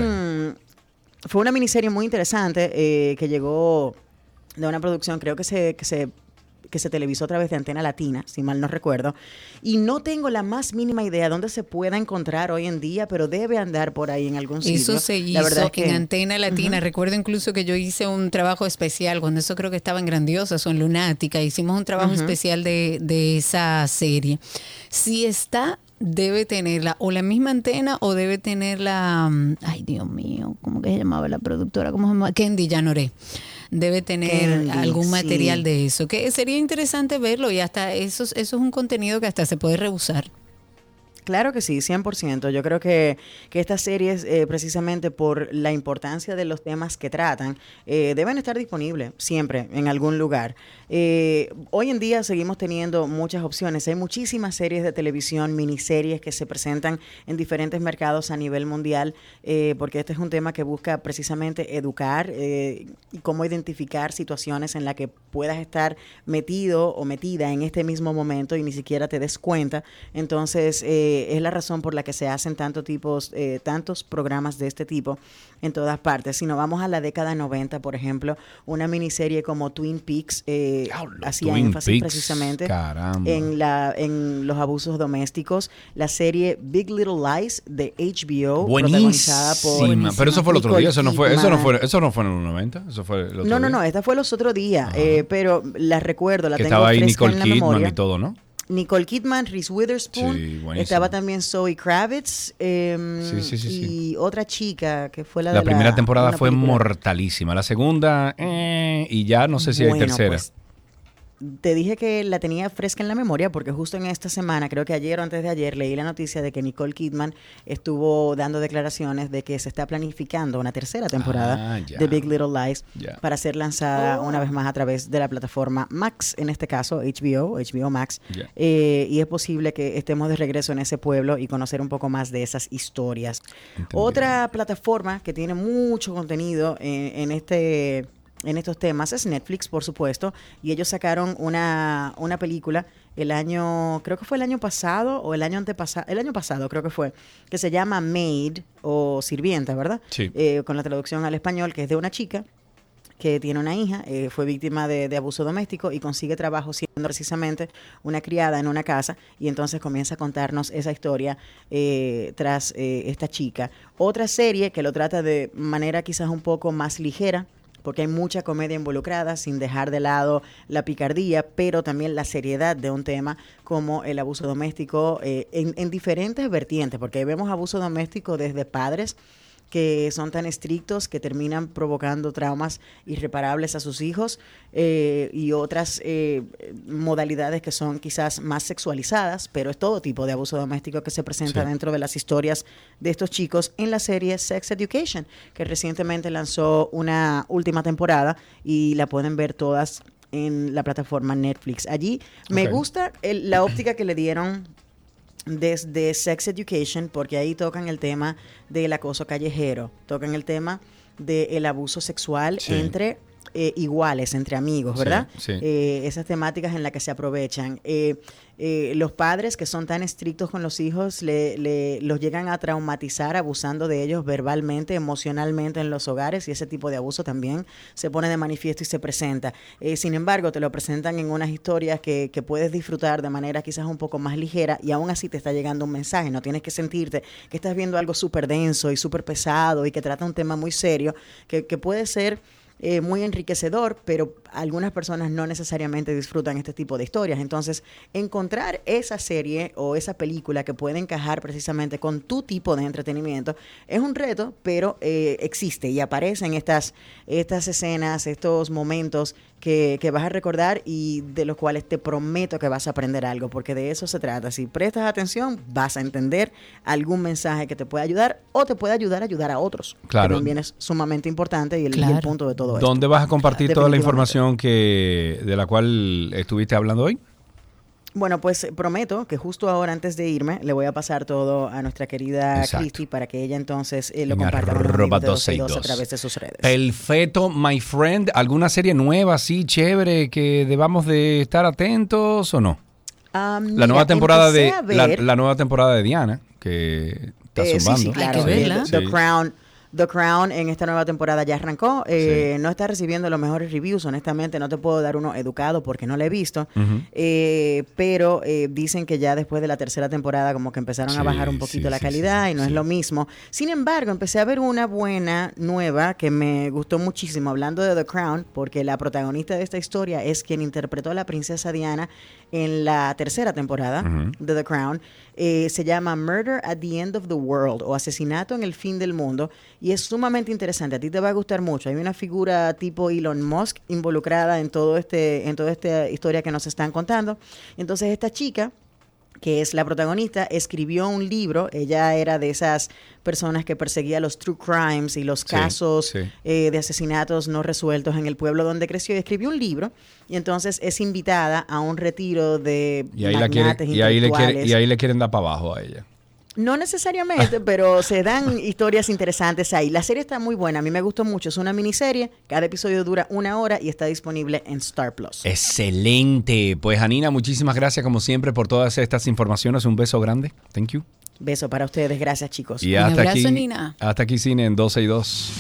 fue una miniserie muy interesante que llegó de una producción, creo que se televisó a través de Antena Latina, si mal no recuerdo, y no tengo la más mínima idea dónde se pueda encontrar hoy en día, pero debe andar por ahí en algún sitio. Eso se hizo en Antena Latina. Recuerdo incluso que yo hice un trabajo especial, cuando eso creo que estaba en Grandiosas o en Lunática, hicimos un trabajo especial de esa serie. Si está, debe tenerla o la misma Antena o debe tenerla, ay Dios mío, ¿cómo que se llamaba la productora? ¿Cómo se llama? Kendi Llanoré. Debe tener algún material de eso, que sería interesante verlo, y hasta eso es un contenido que hasta se puede reusar. Claro que sí, 100%. Yo creo que estas series, precisamente por la importancia de los temas que tratan, deben estar disponibles siempre en algún lugar. Hoy en día seguimos teniendo muchas opciones. Hay muchísimas series de televisión, miniseries que se presentan en diferentes mercados a nivel mundial, porque este es un tema que busca precisamente educar y cómo identificar situaciones en las que puedas estar metido o metida en este mismo momento y ni siquiera te des cuenta. Entonces, es la razón por la que se hacen tantos programas de este tipo en todas partes. Si nos vamos a la década 90, por ejemplo, una miniserie como Twin Peaks hacía énfasis precisamente en los abusos domésticos. La serie Big Little Lies de HBO, protagonizada por... Pero eso fue el otro día, eso no fue en los 90, eso fue el otro día. No, esta fue los otros días, pero la recuerdo, la que tengo estaba ahí fresca Nicole en la Kidman memoria. y todo, ¿no? Nicole Kidman, Reese Witherspoon, estaba también Zoe Kravitz y otra chica que fue la primera temporada fue mortalísima, la segunda y ya no sé si hay tercera. Pues, te dije que la tenía fresca en la memoria porque justo en esta semana, creo que ayer o antes de ayer, leí la noticia de que Nicole Kidman estuvo dando declaraciones de que se está planificando una tercera temporada de Big Little Lies para ser lanzada una vez más a través de la plataforma Max, en este caso HBO Max, y es posible que estemos de regreso en ese pueblo y conocer un poco más de esas historias. Otra plataforma que tiene mucho contenido en estos temas es Netflix, por supuesto, y ellos sacaron una película creo que fue el año pasado o el año antepasado, el año pasado creo que fue, que se llama Maid o Sirvienta, ¿verdad? Sí. Con la traducción al español, que es de una chica que tiene una hija, fue víctima de abuso doméstico y consigue trabajo siendo precisamente una criada en una casa, y entonces comienza a contarnos esa historia tras esta chica. Otra serie que lo trata de manera quizás un poco más ligera, porque hay mucha comedia involucrada, sin dejar de lado la picardía, pero también la seriedad de un tema como el abuso doméstico en diferentes vertientes, porque vemos abuso doméstico desde padres que son tan estrictos que terminan provocando traumas irreparables a sus hijos, y otras modalidades que son quizás más sexualizadas, pero es todo tipo de abuso doméstico que se presenta dentro de las historias de estos chicos en la serie Sex Education, que recientemente lanzó una última temporada y la pueden ver todas en la plataforma Netflix. Allí me gusta la óptica que le dieron desde Sex Education, porque ahí tocan el tema del acoso callejero, tocan el tema del abuso sexual entre iguales, entre amigos, ¿verdad? Sí. Esas temáticas en las que se aprovechan. Los padres que son tan estrictos con los hijos los llegan a traumatizar abusando de ellos verbalmente, emocionalmente en los hogares, y ese tipo de abuso también se pone de manifiesto y se presenta. Sin embargo, te lo presentan en unas historias que puedes disfrutar de manera quizás un poco más ligera, y aún así te está llegando un mensaje. No tienes que sentirte que estás viendo algo súper denso y súper pesado y que trata un tema muy serio, que puede ser muy enriquecedor, pero algunas personas no necesariamente disfrutan este tipo de historias. Entonces, encontrar esa serie o esa película que puede encajar precisamente con tu tipo de entretenimiento es un reto, pero existe y aparecen estas escenas, estos momentos que vas a recordar y de los cuales te prometo que vas a aprender algo, porque de eso se trata. Si prestas atención, vas a entender algún mensaje que te pueda ayudar o te puede ayudar a ayudar a otros. Claro. Que también es sumamente importante y el punto de todo esto. ¿Dónde vas a compartir toda la información de la cual estuviste hablando hoy? Bueno, pues prometo que justo ahora, antes de irme, le voy a pasar todo a nuestra querida Cristi para que ella entonces lo comparta a través de sus redes. Perfecto, my friend. ¿Alguna serie nueva, así, chévere, que debamos de estar atentos o no? La nueva temporada la nueva temporada de Diana, que está zumbando. Sí, claro. The Crown en esta nueva temporada ya arrancó. No está recibiendo los mejores reviews, honestamente. No te puedo dar uno educado porque no lo he visto. Pero dicen que ya después de la tercera temporada como que empezaron a bajar un poquito la calidad y no es lo mismo. Sin embargo, empecé a ver una buena nueva que me gustó muchísimo, hablando de The Crown, porque la protagonista de esta historia es quien interpretó a la princesa Diana en la tercera temporada de The Crown. Se llama Murder at the End of the World, o Asesinato en el Fin del Mundo, y es sumamente interesante. A ti te va a gustar mucho. Hay una figura tipo Elon Musk involucrada en toda esta historia que nos están contando. Entonces esta chica, que es la protagonista, escribió un libro. Ella era de esas personas que perseguía los true crimes y los casos de asesinatos no resueltos en el pueblo donde creció, y escribió un libro, y entonces es invitada a un retiro de magnates intelectuales. Y ahí le quieren dar para abajo a ella. No necesariamente, pero se dan historias interesantes ahí. La serie está muy buena, a mí me gustó mucho. Es una miniserie, cada episodio dura 1 hora y está disponible en Star Plus. Excelente. Pues, Janina, muchísimas gracias como siempre por todas estas informaciones. Un beso grande. Thank you. Beso para ustedes. Gracias, chicos. Y hasta aquí, Nina. Hasta aquí Cine en 12 y 2.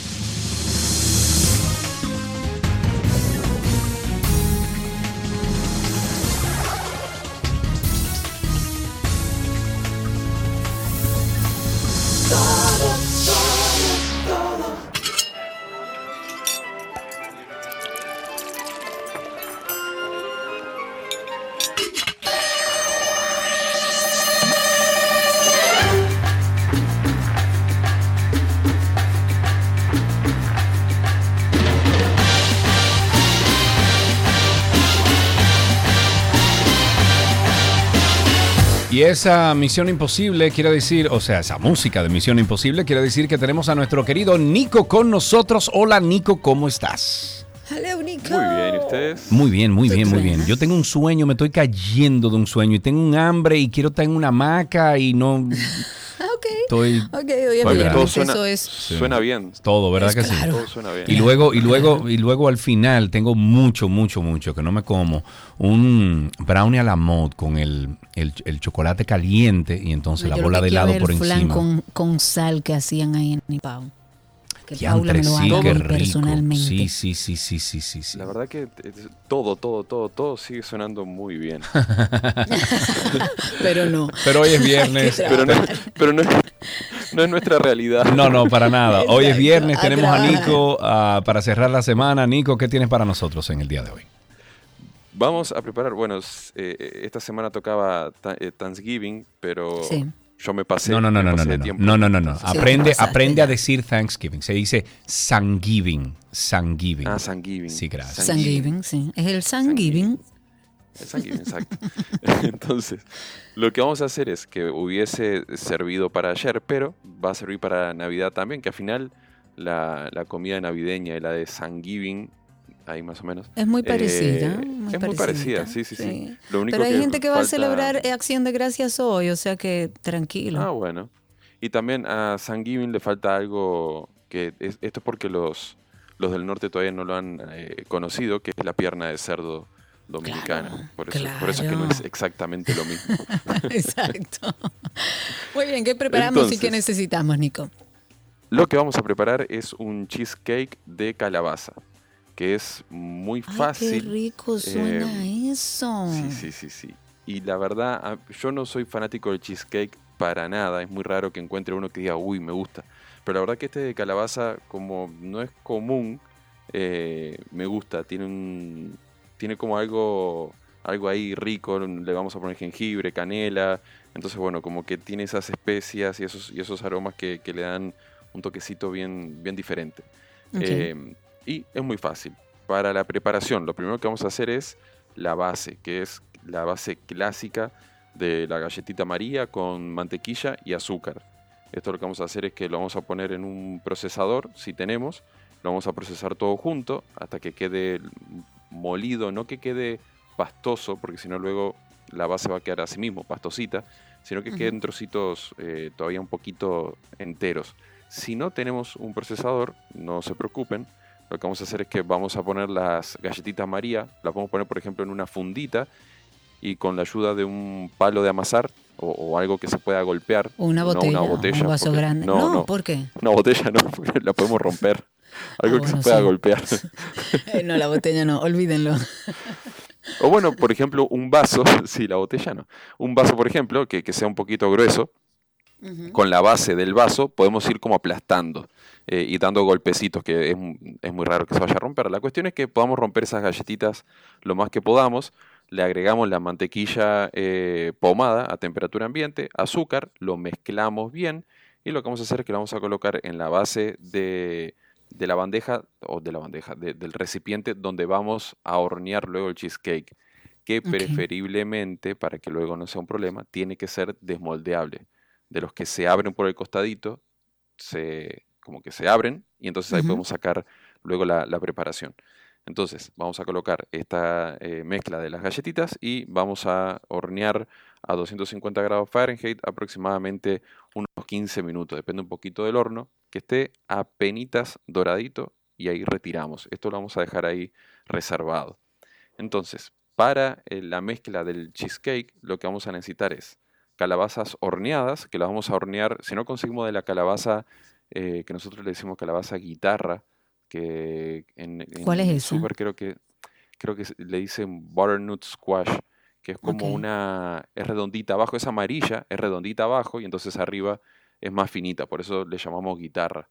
Y esa Misión Imposible quiere decir, o sea, esa música de Misión Imposible quiere decir que tenemos a nuestro querido Nico con nosotros. Hola, Nico, ¿cómo estás? Hello, Nico. Muy bien, ¿y ustedes? Muy bien, muy bien, muy bien. Yo tengo un sueño, me estoy cayendo de un sueño y tengo un hambre y quiero estar en una hamaca y no... Oye, todo suena bien. Todo, ¿verdad que claro. Sí? Todo suena bien. Y luego al final tengo mucho que no me como un brownie a la mode con el chocolate caliente y entonces la bola de helado por encima. Con sal que hacían ahí en Nipao. Que Paula me lo haga Sí. personalmente. Sí. La verdad que todo sigue sonando muy bien. Pero no. Pero hoy es viernes. pero no es nuestra realidad. No, para nada. Exacto. Hoy es viernes, tenemos a Nico para cerrar la semana. Nico, ¿qué tienes para nosotros en el día de hoy? Vamos a preparar, esta semana tocaba Thanksgiving, pero yo me pasé. No. Tiempo. No. Aprende a decir Thanksgiving. Se dice Thanksgiving. Ah, Thanksgiving. Sí, gracias. Thanksgiving, sí. Es el Thanksgiving. El Thanksgiving, exacto. Entonces, lo que vamos a hacer es que hubiese servido para ayer, pero va a servir para Navidad también, que al final la comida navideña y la de Thanksgiving, ahí más o menos. Es muy parecida. Muy parecida, sí. Lo único pero hay gente que va a celebrar Acción de Gracias hoy, o sea que tranquilo. Ah, bueno. Y también a Thanksgiving le falta algo que esto es porque los del norte todavía no lo han conocido, que es la pierna de cerdo dominicana. Claro, por eso es que no es exactamente lo mismo. Exacto. Muy bien, ¿qué preparamos Entonces, y qué necesitamos, Nico? Lo que vamos a preparar es un cheesecake de calabaza, que es muy fácil. ¡Qué rico suena eso! Sí. Y la verdad, yo no soy fanático del cheesecake para nada. Es muy raro que encuentre uno que diga, uy, me gusta. Pero la verdad que este de calabaza, como no es común, me gusta. Tiene como algo ahí rico. Le vamos a poner jengibre, canela. Entonces, bueno, como que tiene esas especias y esos aromas que le dan un toquecito bien diferente. Okay. Y es muy fácil. Para la preparación, lo primero que vamos a hacer es la base, que es la base clásica de la galletita María con mantequilla y azúcar. Esto lo que vamos a hacer es que lo vamos a poner en un procesador, si tenemos, lo vamos a procesar todo junto hasta que quede molido, no que quede pastoso, porque si no luego la base va a quedar así mismo, pastosita, sino que queden trocitos todavía un poquito enteros. Si no tenemos un procesador, no se preocupen. Lo que vamos a hacer es que vamos a poner las galletitas María, las podemos poner por ejemplo en una fundita y con la ayuda de un palo de amasar o algo que se pueda golpear. Una botella, no una botella, un vaso grande. No, ¿por qué? Una botella no, la podemos romper. Algo que se pueda golpear. No, la botella no, olvídenlo. O bueno, por ejemplo, un vaso, sí, la botella no. Un vaso, por ejemplo, que sea un poquito grueso. Con la base del vaso podemos ir como aplastando y dando golpecitos, que es muy raro que se vaya a romper. La cuestión es que podamos romper esas galletitas lo más que podamos. Le agregamos la mantequilla pomada a temperatura ambiente, azúcar, lo mezclamos bien y lo que vamos a hacer es que lo vamos a colocar en la base de la bandeja del recipiente donde vamos a hornear luego el cheesecake, que preferiblemente, para que luego no sea un problema, tiene que ser desmoldeable. De los que se abren por el costadito, como que se abren y entonces ahí podemos sacar luego la preparación. Entonces vamos a colocar esta mezcla de las galletitas y vamos a hornear a 250 grados Fahrenheit aproximadamente unos 15 minutos, depende un poquito del horno, que esté apenitas doradito y ahí retiramos. Esto lo vamos a dejar ahí reservado. Entonces, para la mezcla del cheesecake lo que vamos a necesitar es calabazas horneadas, que las vamos a hornear, si no conseguimos de la calabaza, que nosotros le decimos calabaza guitarra, que ¿cuál es esa? Super creo que le dicen butternut squash, que es como es redondita abajo, es amarilla, es redondita abajo y entonces arriba es más finita, por eso le llamamos guitarra.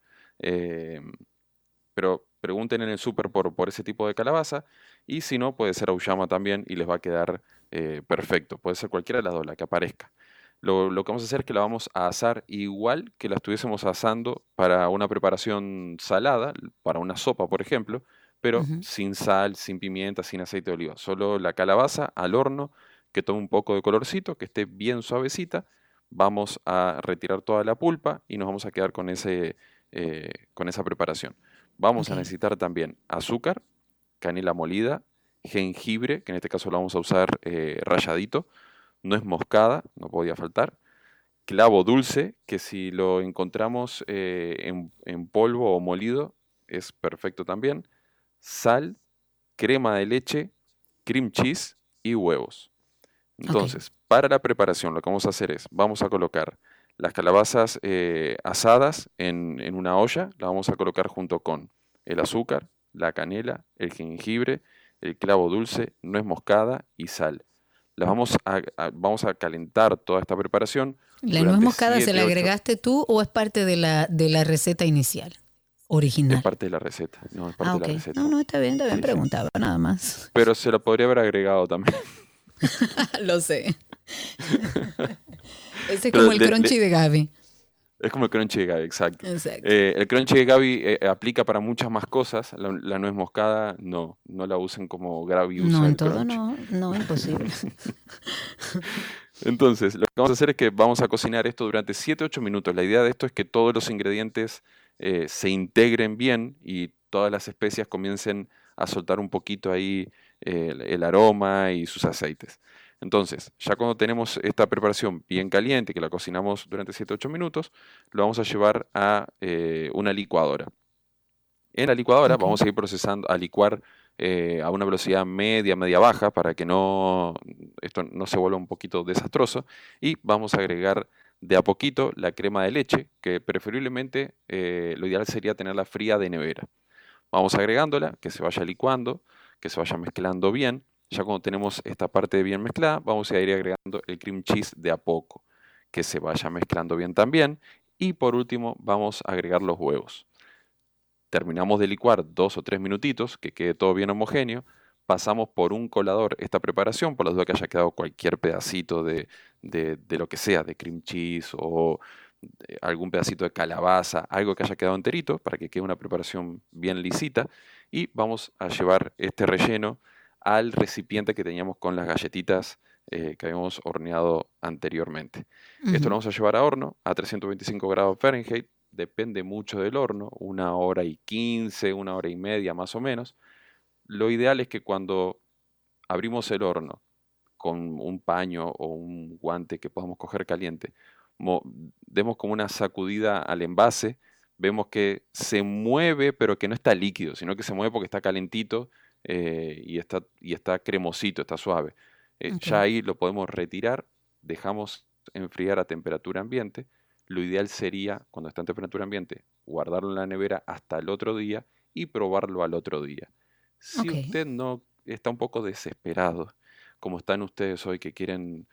Pero pregunten en el súper por ese tipo de calabaza y si no, puede ser auyama también y les va a quedar perfecto. Puede ser cualquiera de las dos, la que aparezca. Lo que vamos a hacer es que la vamos a asar igual que la estuviésemos asando para una preparación salada, para una sopa, por ejemplo, pero sin sal, sin pimienta, sin aceite de oliva. Solo la calabaza al horno, que tome un poco de colorcito, que esté bien suavecita. Vamos a retirar toda la pulpa y nos vamos a quedar con esa preparación. Vamos a necesitar también azúcar, canela molida, jengibre, que en este caso lo vamos a usar ralladito, nuez moscada, no podía faltar, clavo dulce, que si lo encontramos en polvo o molido es perfecto también, sal, crema de leche, cream cheese y huevos. Entonces, para la preparación lo que vamos a hacer es, vamos a colocar Las calabazas asadas en una olla, las vamos a colocar junto con el azúcar, la canela, el jengibre, el clavo dulce, nuez moscada y sal. Vamos a calentar toda esta preparación. ¿La nuez moscada se la agregaste tú o es parte de la receta inicial, original? Es parte de la receta. No, es parte de la receta. No, está bien, Sí, preguntaba, nada más. Pero se lo podría haber agregado también. Lo sé. Ese es como el crunchy de Gaby. Es como el crunchy de Gaby, exacto. El crunchy de Gaby aplica para muchas más cosas. La nuez moscada no la usen como Gaby usa. No, en el todo crunchy. no, imposible. Entonces, lo que vamos a hacer es que vamos a cocinar esto durante 7-8 minutos. La idea de esto es que todos los ingredientes se integren bien y todas las especias comiencen a soltar un poquito ahí el aroma y sus aceites. Entonces, ya cuando tenemos esta preparación bien caliente, que la cocinamos durante 7-8 minutos, lo vamos a llevar a una licuadora. En la licuadora vamos a ir procesando, a licuar a una velocidad media-baja para que esto no se vuelva un poquito desastroso. Y vamos a agregar de a poquito la crema de leche, que preferiblemente lo ideal sería tenerla fría de nevera. Vamos agregándola, que se vaya licuando, que se vaya mezclando bien. Ya cuando tenemos esta parte bien mezclada, vamos a ir agregando el cream cheese de a poco, que se vaya mezclando bien también. Y por último, vamos a agregar los huevos. Terminamos de licuar 2 o 3 minutitos, que quede todo bien homogéneo. Pasamos por un colador esta preparación, por las dudas que haya quedado cualquier pedacito de lo que sea, de cream cheese o algún pedacito de calabaza, algo que haya quedado enterito, para que quede una preparación bien lisita. Y vamos a llevar este relleno al recipiente que teníamos con las galletitas que habíamos horneado anteriormente. Esto lo vamos a llevar a horno a 325 grados Fahrenheit, depende mucho del horno, 1 hora y 15, 1 hora y media más o menos. Lo ideal es que cuando abrimos el horno con un paño o un guante que podamos coger caliente, demos como una sacudida al envase, vemos que se mueve pero que no está líquido, sino que se mueve porque está calentito y está cremosito, está suave. Ya ahí lo podemos retirar, dejamos enfriar a temperatura ambiente. Lo ideal sería, cuando está en temperatura ambiente, guardarlo en la nevera hasta el otro día y probarlo al otro día. Si usted no está un poco desesperado, como están ustedes hoy que quieren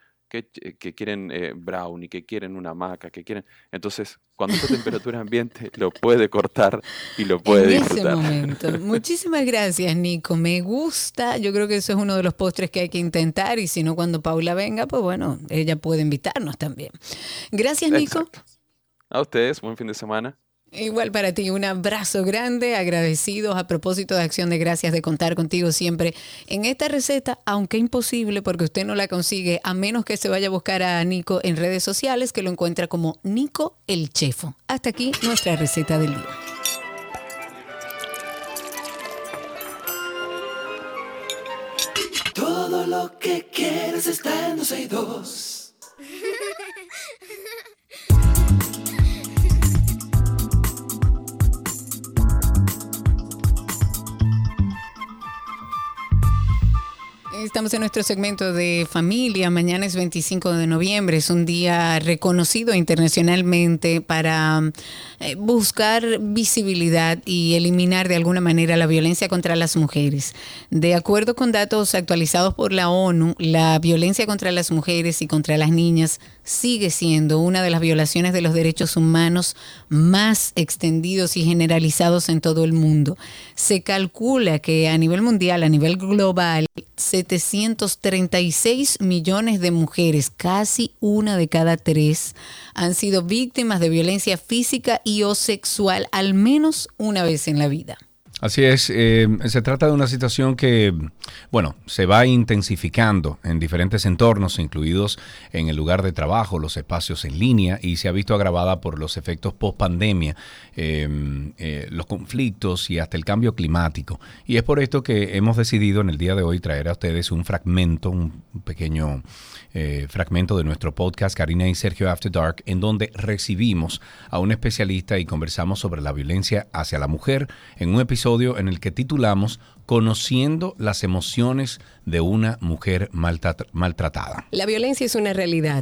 brownie, que quieren una maca, que quieren... Entonces, cuando está a temperatura ambiente, lo puede cortar y lo puede disfrutar. En ese momento. Muchísimas gracias, Nico. Me gusta. Yo creo que eso es uno de los postres que hay que intentar. Y si no, cuando Paula venga, pues bueno, ella puede invitarnos también. Gracias, Nico. Exacto. A ustedes, buen fin de semana. Igual para ti, un abrazo grande, agradecidos a propósito de Acción de Gracias de contar contigo siempre en esta receta, aunque imposible porque usted no la consigue a menos que se vaya a buscar a Nico en redes sociales, que lo encuentra como Nico el Chefo. Hasta aquí nuestra receta del día. Todo lo que quieres está en 12y2. Estamos en nuestro segmento de familia. Mañana es 25 de noviembre. Es un día reconocido internacionalmente para buscar visibilidad y eliminar de alguna manera la violencia contra las mujeres. De acuerdo con datos actualizados por la ONU, la violencia contra las mujeres y contra las niñas sigue siendo una de las violaciones de los derechos humanos más extendidos y generalizados en todo el mundo. Se calcula que a nivel mundial, a nivel global, 736 millones de mujeres, casi 1 de cada 3, han sido víctimas de violencia física y o sexual al menos una vez en la vida. Así es, se trata de una situación que, bueno, se va intensificando en diferentes entornos, incluidos en el lugar de trabajo, los espacios en línea, y se ha visto agravada por los efectos post-pandemia, los conflictos y hasta el cambio climático. Y es por esto que hemos decidido en el día de hoy traer a ustedes un fragmento, un pequeño fragmento de nuestro podcast Karina y Sergio After Dark, en donde recibimos a un especialista y conversamos sobre la violencia hacia la mujer en un episodio en el que titulamos conociendo las emociones de una mujer maltratada? La violencia es una realidad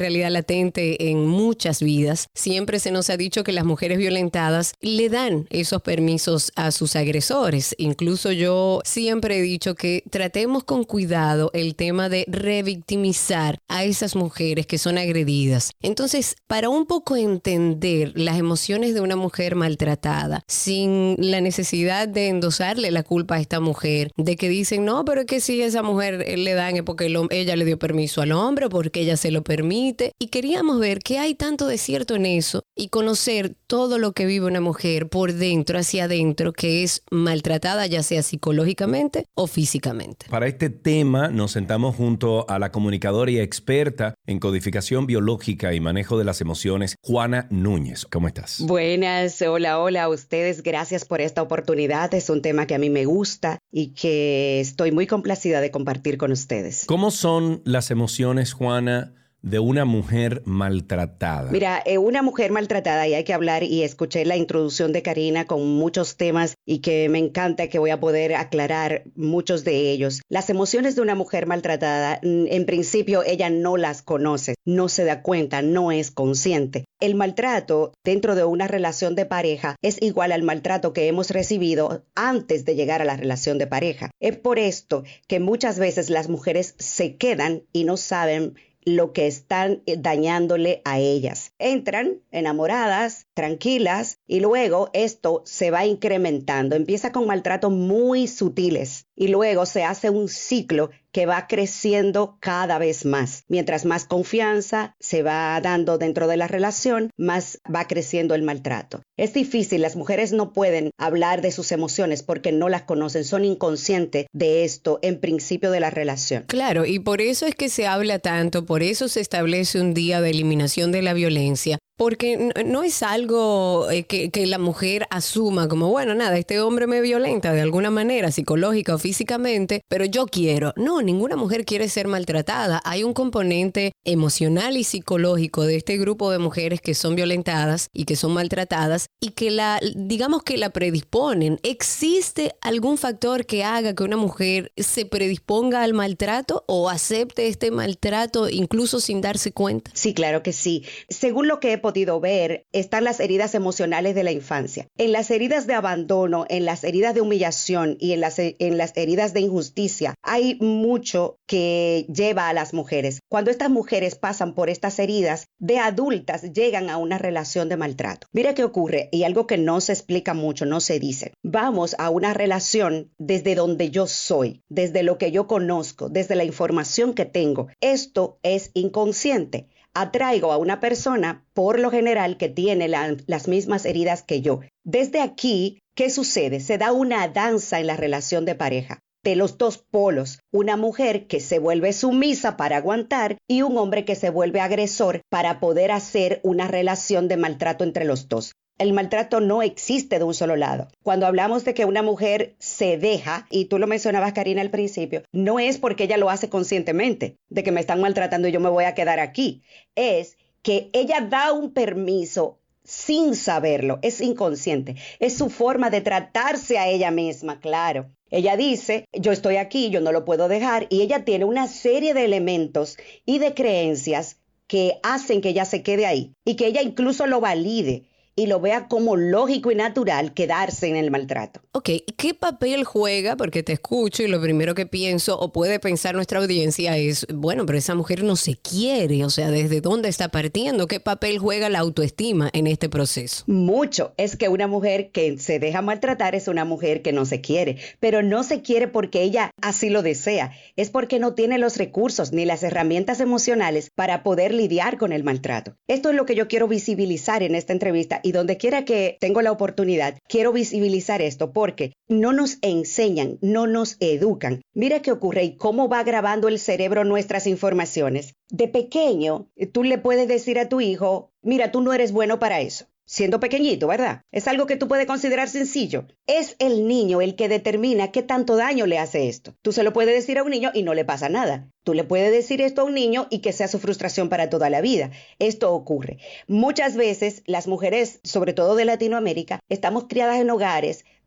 latente en muchas vidas. Siempre se nos ha dicho que las mujeres violentadas le dan esos permisos a sus agresores. Incluso yo siempre he dicho que tratemos con cuidado el tema de revictimizar a esas mujeres que son agredidas. Entonces, para un poco entender las emociones de una mujer maltratada, sin la necesidad de endosarle la culpa a esta mujer, de que dicen, no, pero es que si esa mujer le dan es porque ella le dio permiso al hombre, porque ella se lo permite. Y queríamos ver qué hay tanto de cierto en eso y conocer todo lo que vive una mujer por dentro, hacia adentro, que es maltratada, ya sea psicológicamente o físicamente. Para este tema nos sentamos junto a la comunicadora y experta en codificación biológica y manejo de las emociones, Juana Núñez. ¿Cómo estás? Buenas, hola a ustedes. Gracias por esta oportunidad. Es un tema que a mí me gusta y que estoy muy complacida de compartir con ustedes. ¿Cómo son las emociones, Juana, de una mujer maltratada? Mira, una mujer maltratada, y hay que hablar, y escuché la introducción de Karina con muchos temas y que me encanta que voy a poder aclarar muchos de ellos. Las emociones de una mujer maltratada, en principio ella no las conoce, no se da cuenta, no es consciente. El maltrato dentro de una relación de pareja es igual al maltrato que hemos recibido antes de llegar a la relación de pareja. Es por esto que muchas veces las mujeres se quedan y no saben lo que están dañándole a ellas. Entran enamoradas, tranquilas, y luego esto se va incrementando. Empieza con maltratos muy sutiles y luego se hace un ciclo que va creciendo cada vez más. Mientras más confianza se va dando dentro de la relación, más va creciendo el maltrato. Es difícil, las mujeres no pueden hablar de sus emociones porque no las conocen, son inconscientes de esto en principio de la relación. Claro, y por eso es que se habla tanto, por eso se establece un día de eliminación de la violencia. Porque no es algo que la mujer asuma como, bueno, nada, este hombre me violenta de alguna manera, psicológica o físicamente, pero yo quiero. No, ninguna mujer quiere ser maltratada. Hay un componente emocional y psicológico de este grupo de mujeres que son violentadas y que son maltratadas y que digamos que la predisponen. ¿Existe algún factor que haga que una mujer se predisponga al maltrato o acepte este maltrato incluso sin darse cuenta? Sí, claro que sí. Según lo que he podido ver, están las heridas emocionales de la infancia. En las heridas de abandono, en las heridas de humillación y en las heridas de injusticia, hay mucho que lleva a las mujeres. Cuando estas mujeres pasan por estas heridas, de adultas llegan a una relación de maltrato. Mira qué ocurre, y algo que no se explica mucho, no se dice. Vamos a una relación desde donde yo soy, desde lo que yo conozco, desde la información que tengo. Esto es inconsciente. Atraigo a una persona, por lo general, que tiene las mismas heridas que yo. Desde aquí, ¿qué sucede? Se da una danza en la relación de pareja de los dos polos. Una mujer que se vuelve sumisa para aguantar y un hombre que se vuelve agresor para poder hacer una relación de maltrato entre los dos. El maltrato no existe de un solo lado. Cuando hablamos de que una mujer se deja, y tú lo mencionabas, Karina, al principio, no es porque ella lo hace conscientemente, de que me están maltratando y yo me voy a quedar aquí. Es que ella da un permiso sin saberlo, es inconsciente. Es su forma de tratarse a ella misma, claro. Ella dice, yo estoy aquí, yo no lo puedo dejar, y ella tiene una serie de elementos y de creencias que hacen que ella se quede ahí y que ella incluso lo valide y lo vea como lógico y natural quedarse en el maltrato. Ok, ¿qué papel juega? Porque te escucho y lo primero que pienso o puede pensar nuestra audiencia es, bueno, pero esa mujer no se quiere, o sea, ¿desde dónde está partiendo? ¿Qué papel juega la autoestima en este proceso? Mucho. Es que una mujer que se deja maltratar es una mujer que no se quiere, pero no se quiere porque ella así lo desea, es porque no tiene los recursos ni las herramientas emocionales para poder lidiar con el maltrato. Esto es lo que yo quiero visibilizar en esta entrevista y donde quiera que tengo la oportunidad, quiero visibilizar esto porque no nos enseñan, no nos educan. Mira qué ocurre y cómo va grabando el cerebro nuestras informaciones. De pequeño, tú le puedes decir a tu hijo, mira, tú no eres bueno para eso. Siendo pequeñito, ¿verdad? Es algo que tú puedes considerar sencillo. Es el niño el que determina qué tanto daño le hace esto. Tú se lo puedes decir a un niño y no le pasa nada. Tú le puedes decir esto a un niño y que sea su frustración para toda la vida. Esto ocurre. Muchas veces las mujeres, sobre todo de Latinoamérica, estamos criadas en hogares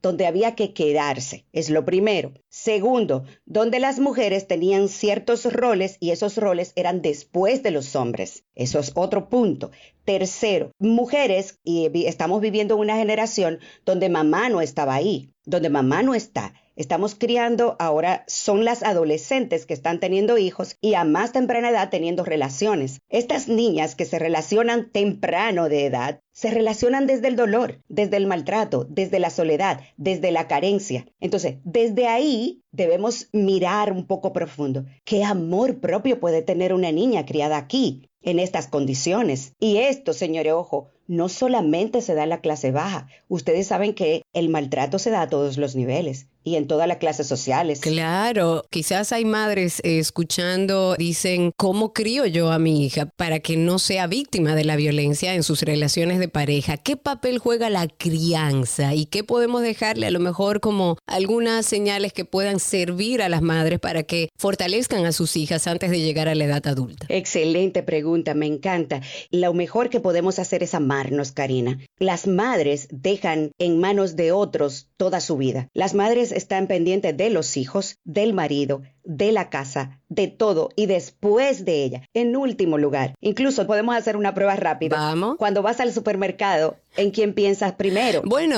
donde había que quedarse, es lo primero. Segundo, donde las mujeres tenían ciertos roles y esos roles eran después de los hombres. Eso es otro punto. Tercero, mujeres, y estamos viviendo una generación donde mamá no estaba ahí, donde mamá no está. Estamos criando, ahora son las adolescentes que están teniendo hijos y a más temprana edad teniendo relaciones. Estas niñas que se relacionan temprano de edad, se relacionan desde el dolor, desde el maltrato, desde la soledad, desde la carencia. Entonces, desde ahí debemos mirar un poco profundo. ¿Qué amor propio puede tener una niña criada aquí, en estas condiciones? Y esto, señores, ojo, no solamente se da en la clase baja. Ustedes saben que el maltrato se da a todos los niveles y en todas las clases sociales. Claro, quizás hay madres escuchando, dicen, ¿cómo crío yo a mi hija para que no sea víctima de la violencia en sus relaciones de pareja? ¿Qué papel juega la crianza? ¿Y qué podemos dejarle a lo mejor como algunas señales que puedan servir a las madres para que fortalezcan a sus hijas antes de llegar a la edad adulta? Excelente pregunta, me encanta. Lo mejor que podemos hacer es amarnos, Karina. Las madres dejan en manos de otros toda su vida. Las madres están pendientes de los hijos, del marido, de la casa, de todo y después de ella. En último lugar, incluso podemos hacer una prueba rápida. Vamos. Cuando vas al supermercado, ¿en quién piensas primero? Bueno,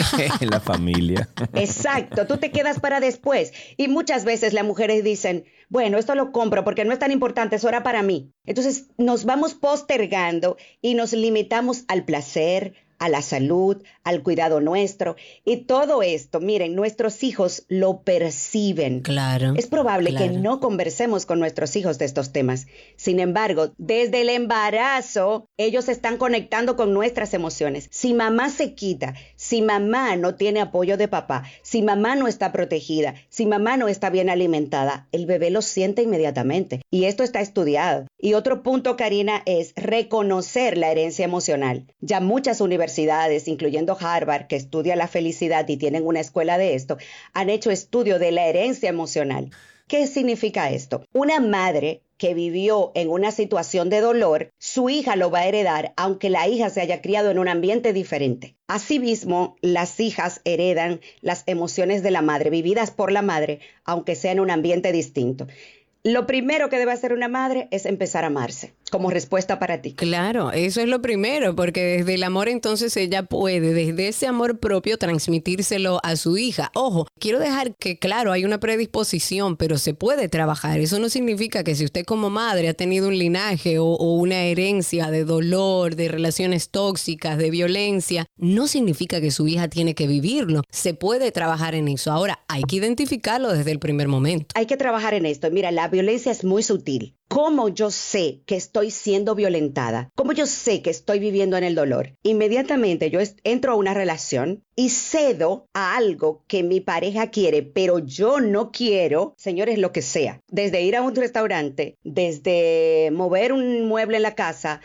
En la familia. Exacto, tú te quedas para después. Y muchas veces las mujeres dicen, bueno, esto lo compro porque no es tan importante, es hora para mí. Entonces nos vamos postergando y nos limitamos al placer, a la salud, al cuidado nuestro. Y todo esto, miren, nuestros hijos lo perciben. claro. Es probable Claro. que no conversemos con nuestros hijos de estos temas. Sin embargo, desde el embarazo, ellos están conectando con nuestras emociones. Si mamá se quita, si mamá no tiene apoyo de papá, si mamá no está protegida, si mamá no está bien alimentada, el bebé lo siente inmediatamente. Y esto está estudiado. Y otro punto, Karina, es reconocer la herencia emocional. Ya muchas universidades, incluyendo Harvard, que estudia la felicidad y tienen una escuela de esto, han hecho estudio de la herencia emocional. ¿Qué significa esto? Una madre que vivió en una situación de dolor, su hija lo va a heredar aunque la hija se haya criado en un ambiente diferente. Asimismo, las hijas heredan las emociones de la madre, vividas por la madre, aunque sea en un ambiente distinto. Lo primero que debe hacer una madre es empezar a amarse, como respuesta para ti. Claro, eso es lo primero, porque desde el amor entonces ella puede, desde ese amor propio, transmitírselo a su hija. Ojo, quiero dejar que claro, hay una predisposición, pero se puede trabajar. Eso no significa que si usted como madre ha tenido un linaje o una herencia de dolor, de relaciones tóxicas, de violencia, no significa que su hija tiene que vivirlo. Se puede trabajar en eso. Ahora, hay que identificarlo desde el primer momento. Hay que trabajar en esto. Mira, la violencia es muy sutil. ¿Cómo yo sé que estoy siendo violentada? ¿Cómo yo sé que estoy viviendo en el dolor? Inmediatamente yo entro a una relación y cedo a algo que mi pareja quiere, pero yo no quiero, señores, lo que sea. Desde ir a un restaurante, desde mover un mueble en la casa,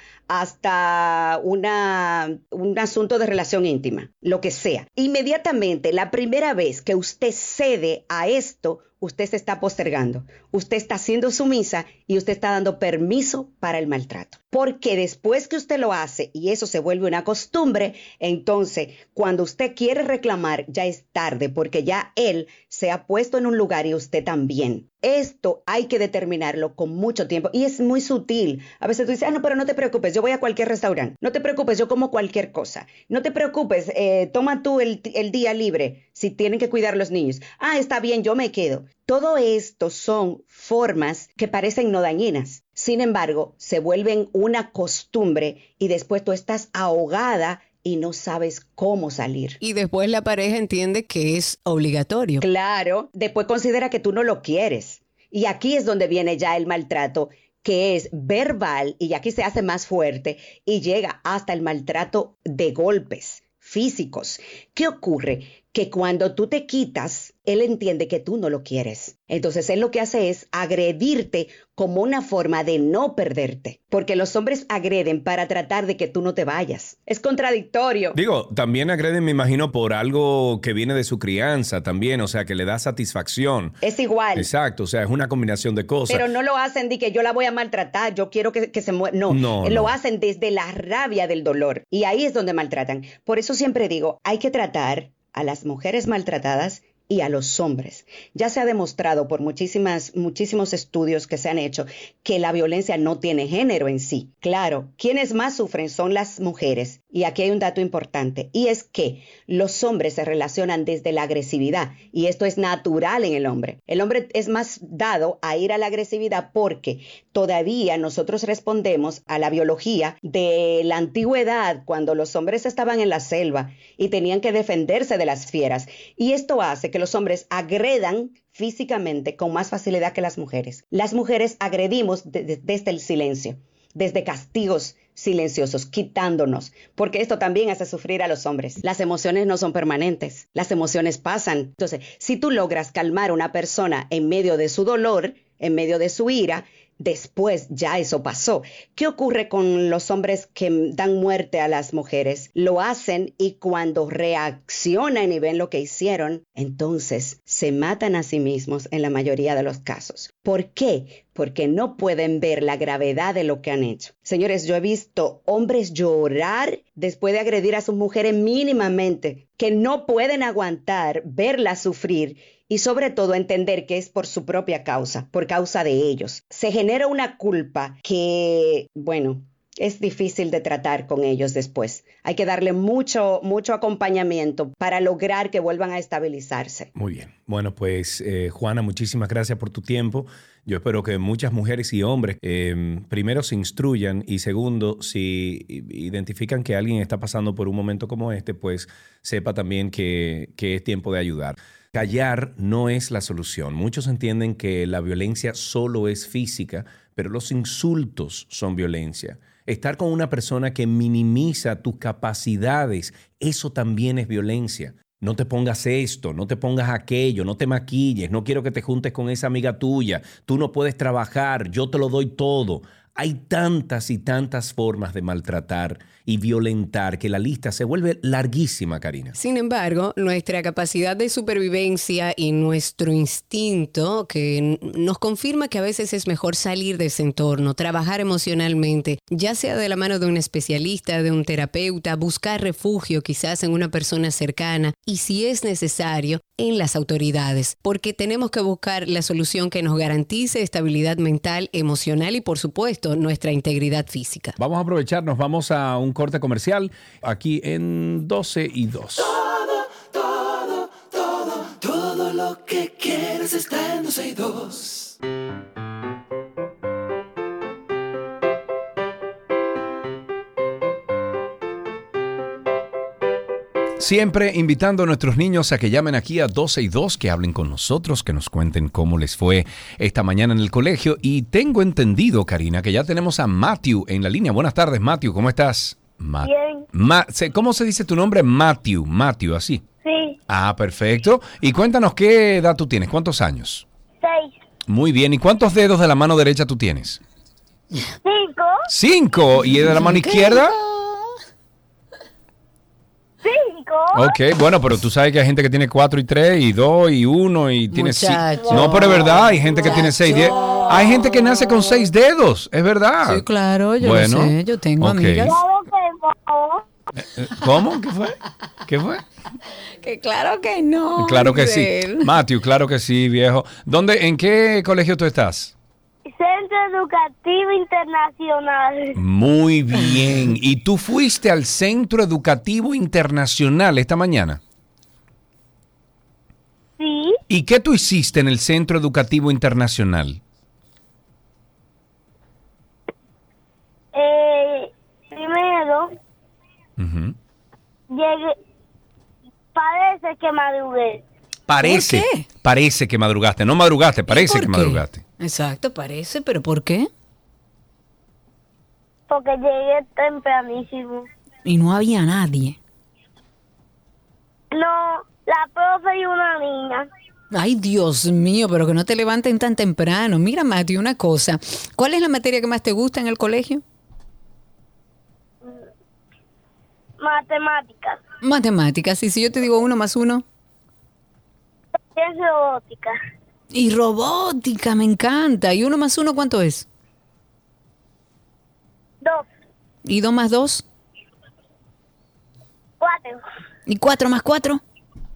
hasta un asunto de relación íntima, lo que sea. Inmediatamente, la primera vez que usted cede a esto, usted se está postergando, usted está siendo sumisa y usted está dando permiso para el maltrato. Porque después que usted lo hace y eso se vuelve una costumbre, entonces cuando usted quiere reclamar ya es tarde porque ya él se ha puesto en un lugar y usted también. Esto hay que determinarlo con mucho tiempo y es muy sutil. A veces tú dices, no, pero no te preocupes, yo voy a cualquier restaurante. No te preocupes, yo como cualquier cosa. No te preocupes, toma tú el día libre si tienen que cuidar los niños. Está bien, yo me quedo. Todo esto son formas que parecen no dañinas. Sin embargo, se vuelven una costumbre y después tú estás ahogada y no sabes cómo salir. Y después la pareja entiende que es obligatorio. Claro, después considera que tú no lo quieres. Y aquí es donde viene ya el maltrato, que es verbal y aquí se hace más fuerte y llega hasta el maltrato de golpes físicos. ¿Qué ocurre? Que cuando tú te quitas, él entiende que tú no lo quieres. Entonces él lo que hace es agredirte como una forma de no perderte. Porque los hombres agreden para tratar de que tú no te vayas. Es contradictorio. Digo, también agreden, me imagino, por algo que viene de su crianza también, o sea, que le da satisfacción. Es igual. Exacto, o sea, es una combinación de cosas. Pero no lo hacen de que yo la voy a maltratar, yo quiero que se muera. No, lo hacen desde la rabia del dolor. Y ahí es donde maltratan. Por eso siempre digo, hay que tratar a las mujeres maltratadas y a los hombres. Ya se ha demostrado por muchísimos estudios que se han hecho que la violencia no tiene género en sí. Claro, quienes más sufren son las mujeres. Y aquí hay un dato importante, y es que los hombres se relacionan desde la agresividad, y esto es natural en el hombre. El hombre es más dado a ir a la agresividad porque todavía nosotros respondemos a la biología de la antigüedad, cuando los hombres estaban en la selva y tenían que defenderse de las fieras. Y esto hace que los hombres agredan físicamente con más facilidad que las mujeres. Las mujeres agredimos desde el silencio, desde castigos silenciosos, quitándonos, porque esto también hace sufrir a los hombres. Las emociones no son permanentes, las emociones pasan. Entonces, si tú logras calmar a una persona en medio de su dolor, en medio de su ira, después ya eso pasó. ¿Qué ocurre con los hombres que dan muerte a las mujeres? Lo hacen y cuando reaccionan y ven lo que hicieron, entonces se matan a sí mismos en la mayoría de los casos. ¿Por qué? Porque no pueden ver la gravedad de lo que han hecho. Señores, yo he visto hombres llorar después de agredir a sus mujeres mínimamente, que no pueden aguantar verlas sufrir y sobre todo entender que es por su propia causa, por causa de ellos. Se genera una culpa que, bueno, es difícil de tratar con ellos después. Hay que darle mucho acompañamiento para lograr que vuelvan a estabilizarse. Muy bien. Bueno, pues Juana, muchísimas gracias por tu tiempo. Yo espero que muchas mujeres y hombres primero se instruyan y segundo, si identifican que alguien está pasando por un momento como este, pues sepa también que es tiempo de ayudar. Callar no es la solución. Muchos entienden que la violencia solo es física, pero los insultos son violencia. Estar con una persona que minimiza tus capacidades, eso también es violencia. No te pongas esto, no te pongas aquello, no te maquilles, no quiero que te juntes con esa amiga tuya, tú no puedes trabajar, yo te lo doy todo. Hay tantas y tantas formas de maltratar y violentar que la lista se vuelve larguísima, Karina. Sin embargo, nuestra capacidad de supervivencia y nuestro instinto que nos confirma que a veces es mejor salir de ese entorno, trabajar emocionalmente, ya sea de la mano de un especialista, de un terapeuta, buscar refugio quizás en una persona cercana y si es necesario, en las autoridades, porque tenemos que buscar la solución que nos garantice estabilidad mental, emocional y por supuesto nuestra integridad física. Vamos a aprovecharnos, vamos a un corte comercial aquí en 12 y 2. Todo lo que quieres está en 12 y 2. Siempre invitando a nuestros niños a que llamen aquí a 12 y 2, que hablen con nosotros, que nos cuenten cómo les fue esta mañana en el colegio. Y tengo entendido, Karina, que ya tenemos a Matthew en la línea. Buenas tardes, Matthew, ¿cómo estás? Bien. ¿Cómo se dice tu nombre? Matthew, así. Sí. Ah, perfecto. Y cuéntanos qué edad tú tienes, ¿cuántos años? 6. Muy bien, ¿y cuántos dedos de la mano derecha tú tienes? 5. 5. ¿Y de la mano izquierda? 5. Ok, bueno, pero tú sabes que hay gente que tiene 4 y 3 y 2 y 1 y tiene 5. Muchacho. No, pero es verdad, hay gente que tiene 6 dedos. Hay gente que nace con 6 dedos, es verdad. Sí, claro, yo Bueno, lo sé, yo tengo ok. amigas. Claro que no. ¿Cómo? ¿Qué fue? Que claro que no. Claro que sí. Miguel. Matthew, claro que sí, viejo. ¿En qué colegio tú estás? Centro Educativo Internacional. Muy bien. ¿Y tú fuiste al Centro Educativo Internacional esta mañana? Sí. ¿Y qué tú hiciste en el Centro Educativo Internacional? Primero, llegué. Parece que madrugué. Parece que madrugaste. No madrugaste, parece que ¿Por qué? madrugaste. Exacto, parece, pero ¿por qué? Porque llegué tempranísimo. Y no había nadie. No, la profe y una niña. Ay, Dios mío, pero que no te levanten tan temprano. Mira, Mati, una cosa. ¿Cuál es la materia que más te gusta en el colegio? Matemáticas. Matemáticas. Y si yo te digo 1 más 1. Es robótica. Y robótica, me encanta. ¿Y 1 más 1 cuánto es? 2. ¿Y 2 más 2? 4. ¿Y 4 más 4?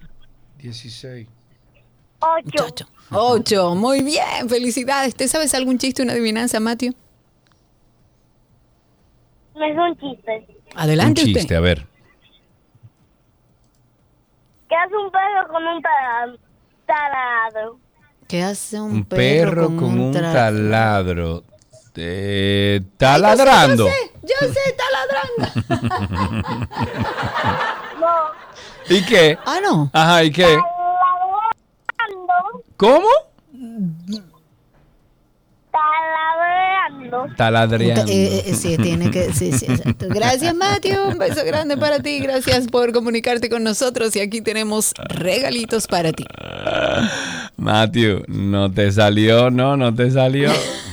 16. 8. Muchacho. 8. Muy bien. Felicidades. ¿Te sabes algún chiste, una adivinanza, Matthew? No es un chiste. Adelante Un chiste, usted. a ver. ¿Qué hace un perro con un taladro? ¿Qué hace Un perro con un taladro. Está Ay, ladrando. Yo sé, está ladrando. No. ¿Y qué? Ah, no. Ajá, ¿y qué? Taladrando. ¿Cómo? Taladrando. Taladreando. Sí, tiene que. Sí, exacto. Gracias, Matthew. Un beso grande para ti. Gracias por comunicarte con nosotros. Y aquí tenemos regalitos para ti. Matthew, no te salió, no te salió.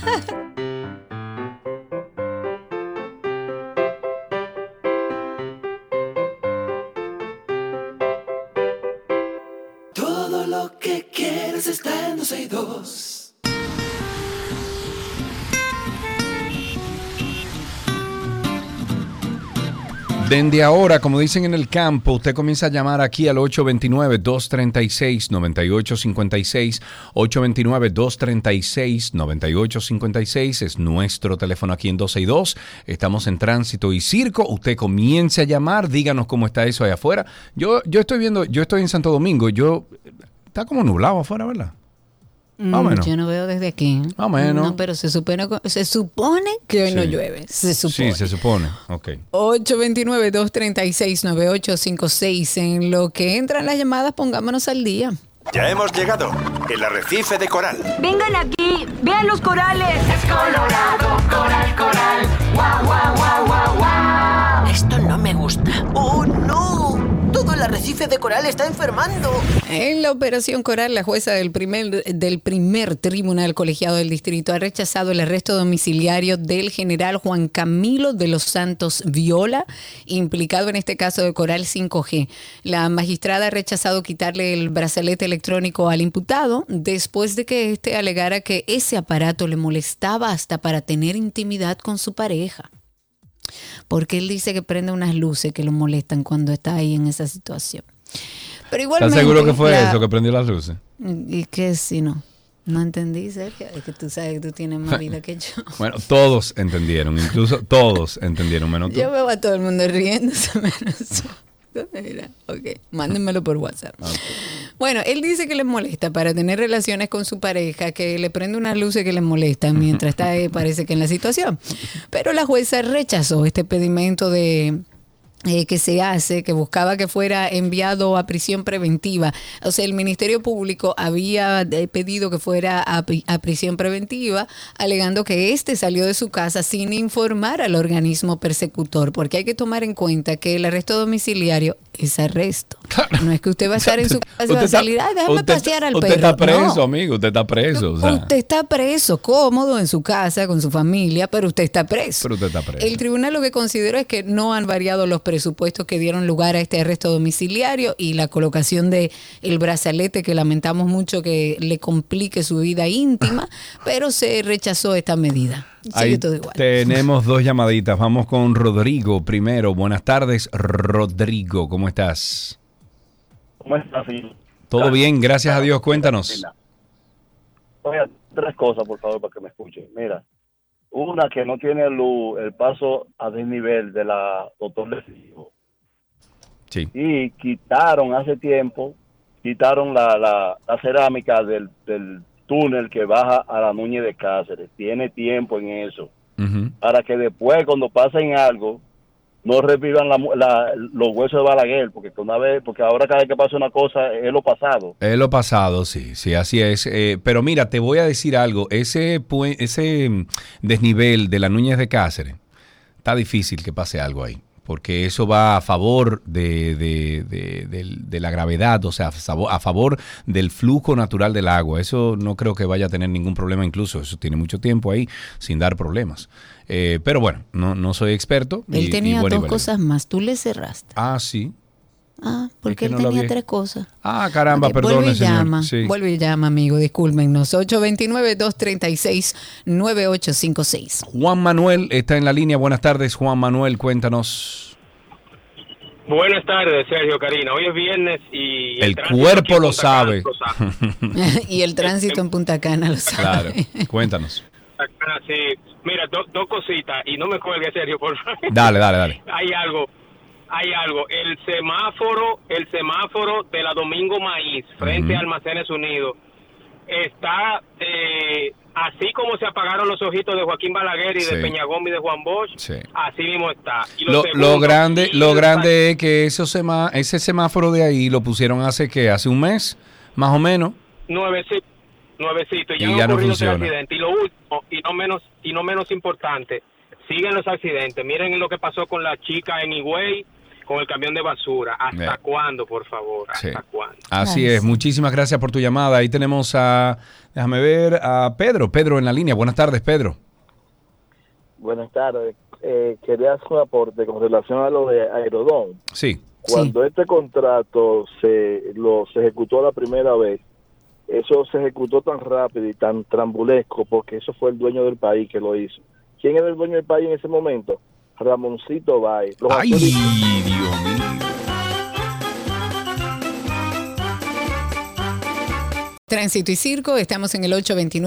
Todo lo que quieres está en 12y2. Desde ahora, como dicen en el campo, usted comienza a llamar aquí al 829-236-9856. 829-236-9856 es nuestro teléfono aquí en 12y2. Estamos en Tránsito y Circo. Usted comience a llamar, díganos cómo está eso allá afuera. Yo estoy en Santo Domingo. Está como nublado afuera, ¿verdad? Más o menos. Yo no veo desde aquí. Más o menos. No, pero se supone que hoy no llueve. Se supone. Sí, se supone. Ok. 829-236-9856. En lo que entran las llamadas, pongámonos al día. Ya hemos llegado. El arrecife de coral. Vengan aquí, vean los corales. Es colorado, coral, coral. Guau, guau, guau, guau, guau. Esto no me gusta. ¡Oh, no! Todo el arrecife de coral está enfermando. En la operación Coral, la jueza del primer tribunal colegiado del distrito ha rechazado el arresto domiciliario del general Juan Camilo de los Santos Viola, implicado en este caso de Coral 5G. La magistrada ha rechazado quitarle el brazalete electrónico al imputado después de que éste alegara que ese aparato le molestaba hasta para tener intimidad con su pareja. Porque él dice que prende unas luces que lo molestan cuando está ahí en esa situación. Pero igualmente, ¿Estás seguro que fue eso que prendió las luces? ¿Y qué si no? No entendí, Sergio. Es que tú sabes que tú tienes más vida que yo. Bueno, todos entendieron, incluso todos entendieron, menos tú. Yo veo a todo el mundo riéndose menos yo. Mira, ok, mándenmelo por WhatsApp. Okay. Bueno, él dice que le molesta para tener relaciones con su pareja, que le prende unas luces que le molestan mientras está, parece que en la situación. Pero la jueza rechazó este pedimento que se hace, que buscaba que fuera enviado a prisión preventiva. O sea, el Ministerio Público había pedido que fuera a prisión preventiva, alegando que éste salió de su casa sin informar al organismo persecutor, porque hay que tomar en cuenta que el arresto domiciliario es arresto. Claro. No es que usted va a estar en su casa y va a salir, déjame pasear al perro. Usted está preso, amigo, usted está preso. O sea. Usted está preso, cómodo en su casa, con su familia, pero usted está preso. Pero usted está preso. El tribunal lo que consideró es que no han variado los presupuestos que dieron lugar a este arresto domiciliario y la colocación de el brazalete, que lamentamos mucho que le complique su vida íntima, pero se rechazó esta medida. Ahí todo igual. Tenemos dos llamaditas. Vamos con Rodrigo primero. Buenas tardes, Rodrigo. ¿Cómo estás? ¿Cómo estás, señor? Todo bien, gracias a Dios. Cuéntanos. Oiga, tres cosas, por favor, para que me escuchen. Mira, una, que no tiene luz, el paso a desnivel de la Doctor Lecijo. Sí. Y quitaron hace tiempo, la cerámica del túnel que baja a la Núñez de Cáceres. Tiene tiempo en eso. Uh-huh. Para que después, cuando pasen algo, no revivan los huesos de Balaguer, porque ahora cada vez que pasa una cosa es lo pasado. Es lo pasado, sí, así es. Pero mira, te voy a decir algo. Ese desnivel de la Núñez de Cáceres, está difícil que pase algo ahí, porque eso va a favor de la gravedad, o sea, a favor del flujo natural del agua. Eso no creo que vaya a tener ningún problema, incluso eso tiene mucho tiempo ahí sin dar problemas. Pero bueno, no soy experto. Él tenía dos cosas más, tú le cerraste. Ah, sí. Ah, porque él tenía tres cosas. Ah, caramba, okay, perdón, señor. Sí. Vuelve y llama, amigo, discúlpenos. 829-236-9856. Juan Manuel está en la línea. Buenas tardes, Juan Manuel, cuéntanos. Buenas tardes, Sergio, Karina. Hoy es viernes y el cuerpo lo sabe. Y el tránsito en Punta Cana lo sabe. Claro, cuéntanos. Sí. Mira, dos cositas, y no me cuelgue, Sergio, por favor. Dale. Hay algo. El semáforo de la Domingo Maíz, frente a Almacenes Unidos, está así como se apagaron los ojitos de Joaquín Balaguer y de Peñagón y de Juan Bosch, así mismo está. Y lo grande es que ese semáforo de ahí lo pusieron hace un mes, más o menos. Nuevecito, y ya no funciona. Accidente. Y lo último, y no menos importante, siguen los accidentes. Miren lo que pasó con la chica en Higüey, con el camión de basura. ¿Hasta cuándo, por favor? ¿Hasta cuándo? Así es. Muchísimas gracias por tu llamada. Ahí tenemos déjame ver, a Pedro. Pedro en la línea. Buenas tardes, Pedro. Buenas tardes. Quería hacer un aporte con relación a lo de Aerodón. Sí. Cuando este contrato se ejecutó la primera vez, eso se ejecutó tan rápido y tan trambulesco porque eso fue el dueño del país que lo hizo. ¿Quién era el dueño del país en ese momento? Ramoncito Báez. ¡Ay, Dios mío! Tránsito y Circo, estamos en el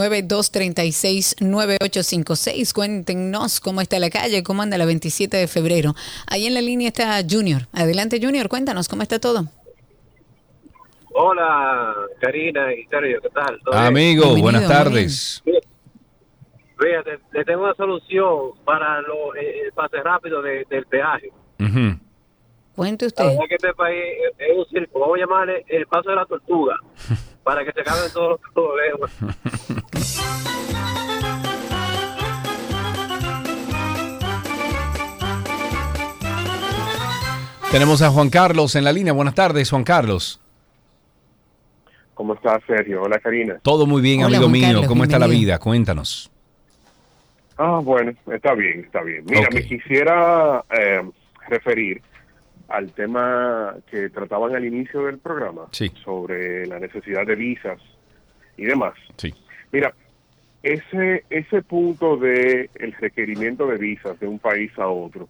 829-236-9856. Cuéntenos cómo está la calle, cómo anda la 27 de febrero. Ahí en la línea está Junior. Adelante, Junior, cuéntanos cómo está todo. Hola, Karina y Sergio, ¿qué tal? Amigo, buenas tardes. Fíjate, le tengo una solución para el pase rápido del peaje. Cuente usted. La verdad que este país es un circo. Vamos a llamarle el paso de la tortuga para que se acaben todos los problemas. Tenemos a Juan Carlos en la línea. Buenas tardes, Juan Carlos. ¿Cómo estás, Sergio? Hola, Karina. Todo muy bien, Hola, amigo Juan mío. Carlos, ¿Cómo está la bienvenido. vida? Cuéntanos. Bueno, está bien. Mira, me quisiera referir al tema que trataban al inicio del programa, sobre la necesidad de visas y demás. Sí. Mira, ese punto de el requerimiento de visas de un país a otro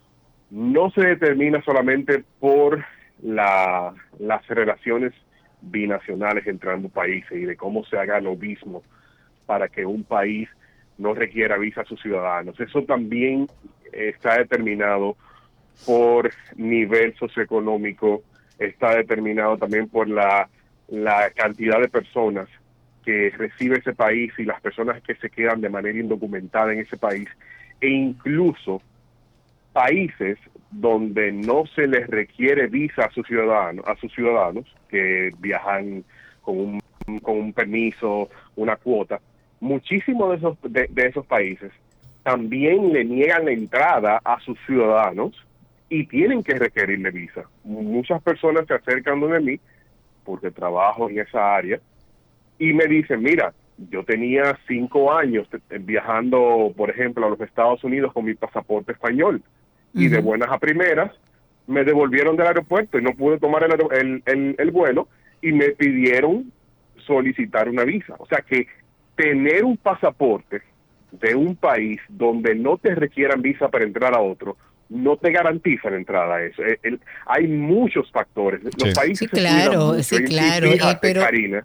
no se determina solamente por las relaciones binacionales entre ambos países y de cómo se haga lo mismo para que un país no requiera visa a sus ciudadanos. Eso también está determinado por nivel socioeconómico, está determinado también por la cantidad de personas que recibe ese país y las personas que se quedan de manera indocumentada en ese país, e incluso países donde no se les requiere visa a sus ciudadanos que viajan con un permiso, una cuota. Muchísimos de esos países también le niegan la entrada a sus ciudadanos y tienen que requerirle visa. Muchas personas se acercan donde mí porque trabajo en esa área y me dicen, mira, yo tenía 5 años viajando, por ejemplo, a los Estados Unidos con mi pasaporte español y de buenas a primeras me devolvieron del aeropuerto y no pude tomar el vuelo y me pidieron solicitar una visa. O sea que tener un pasaporte de un país donde no te requieran visa para entrar a otro no te garantiza la entrada a eso. Hay muchos factores. Los países sí, claro, sí, claro. Pero Karina,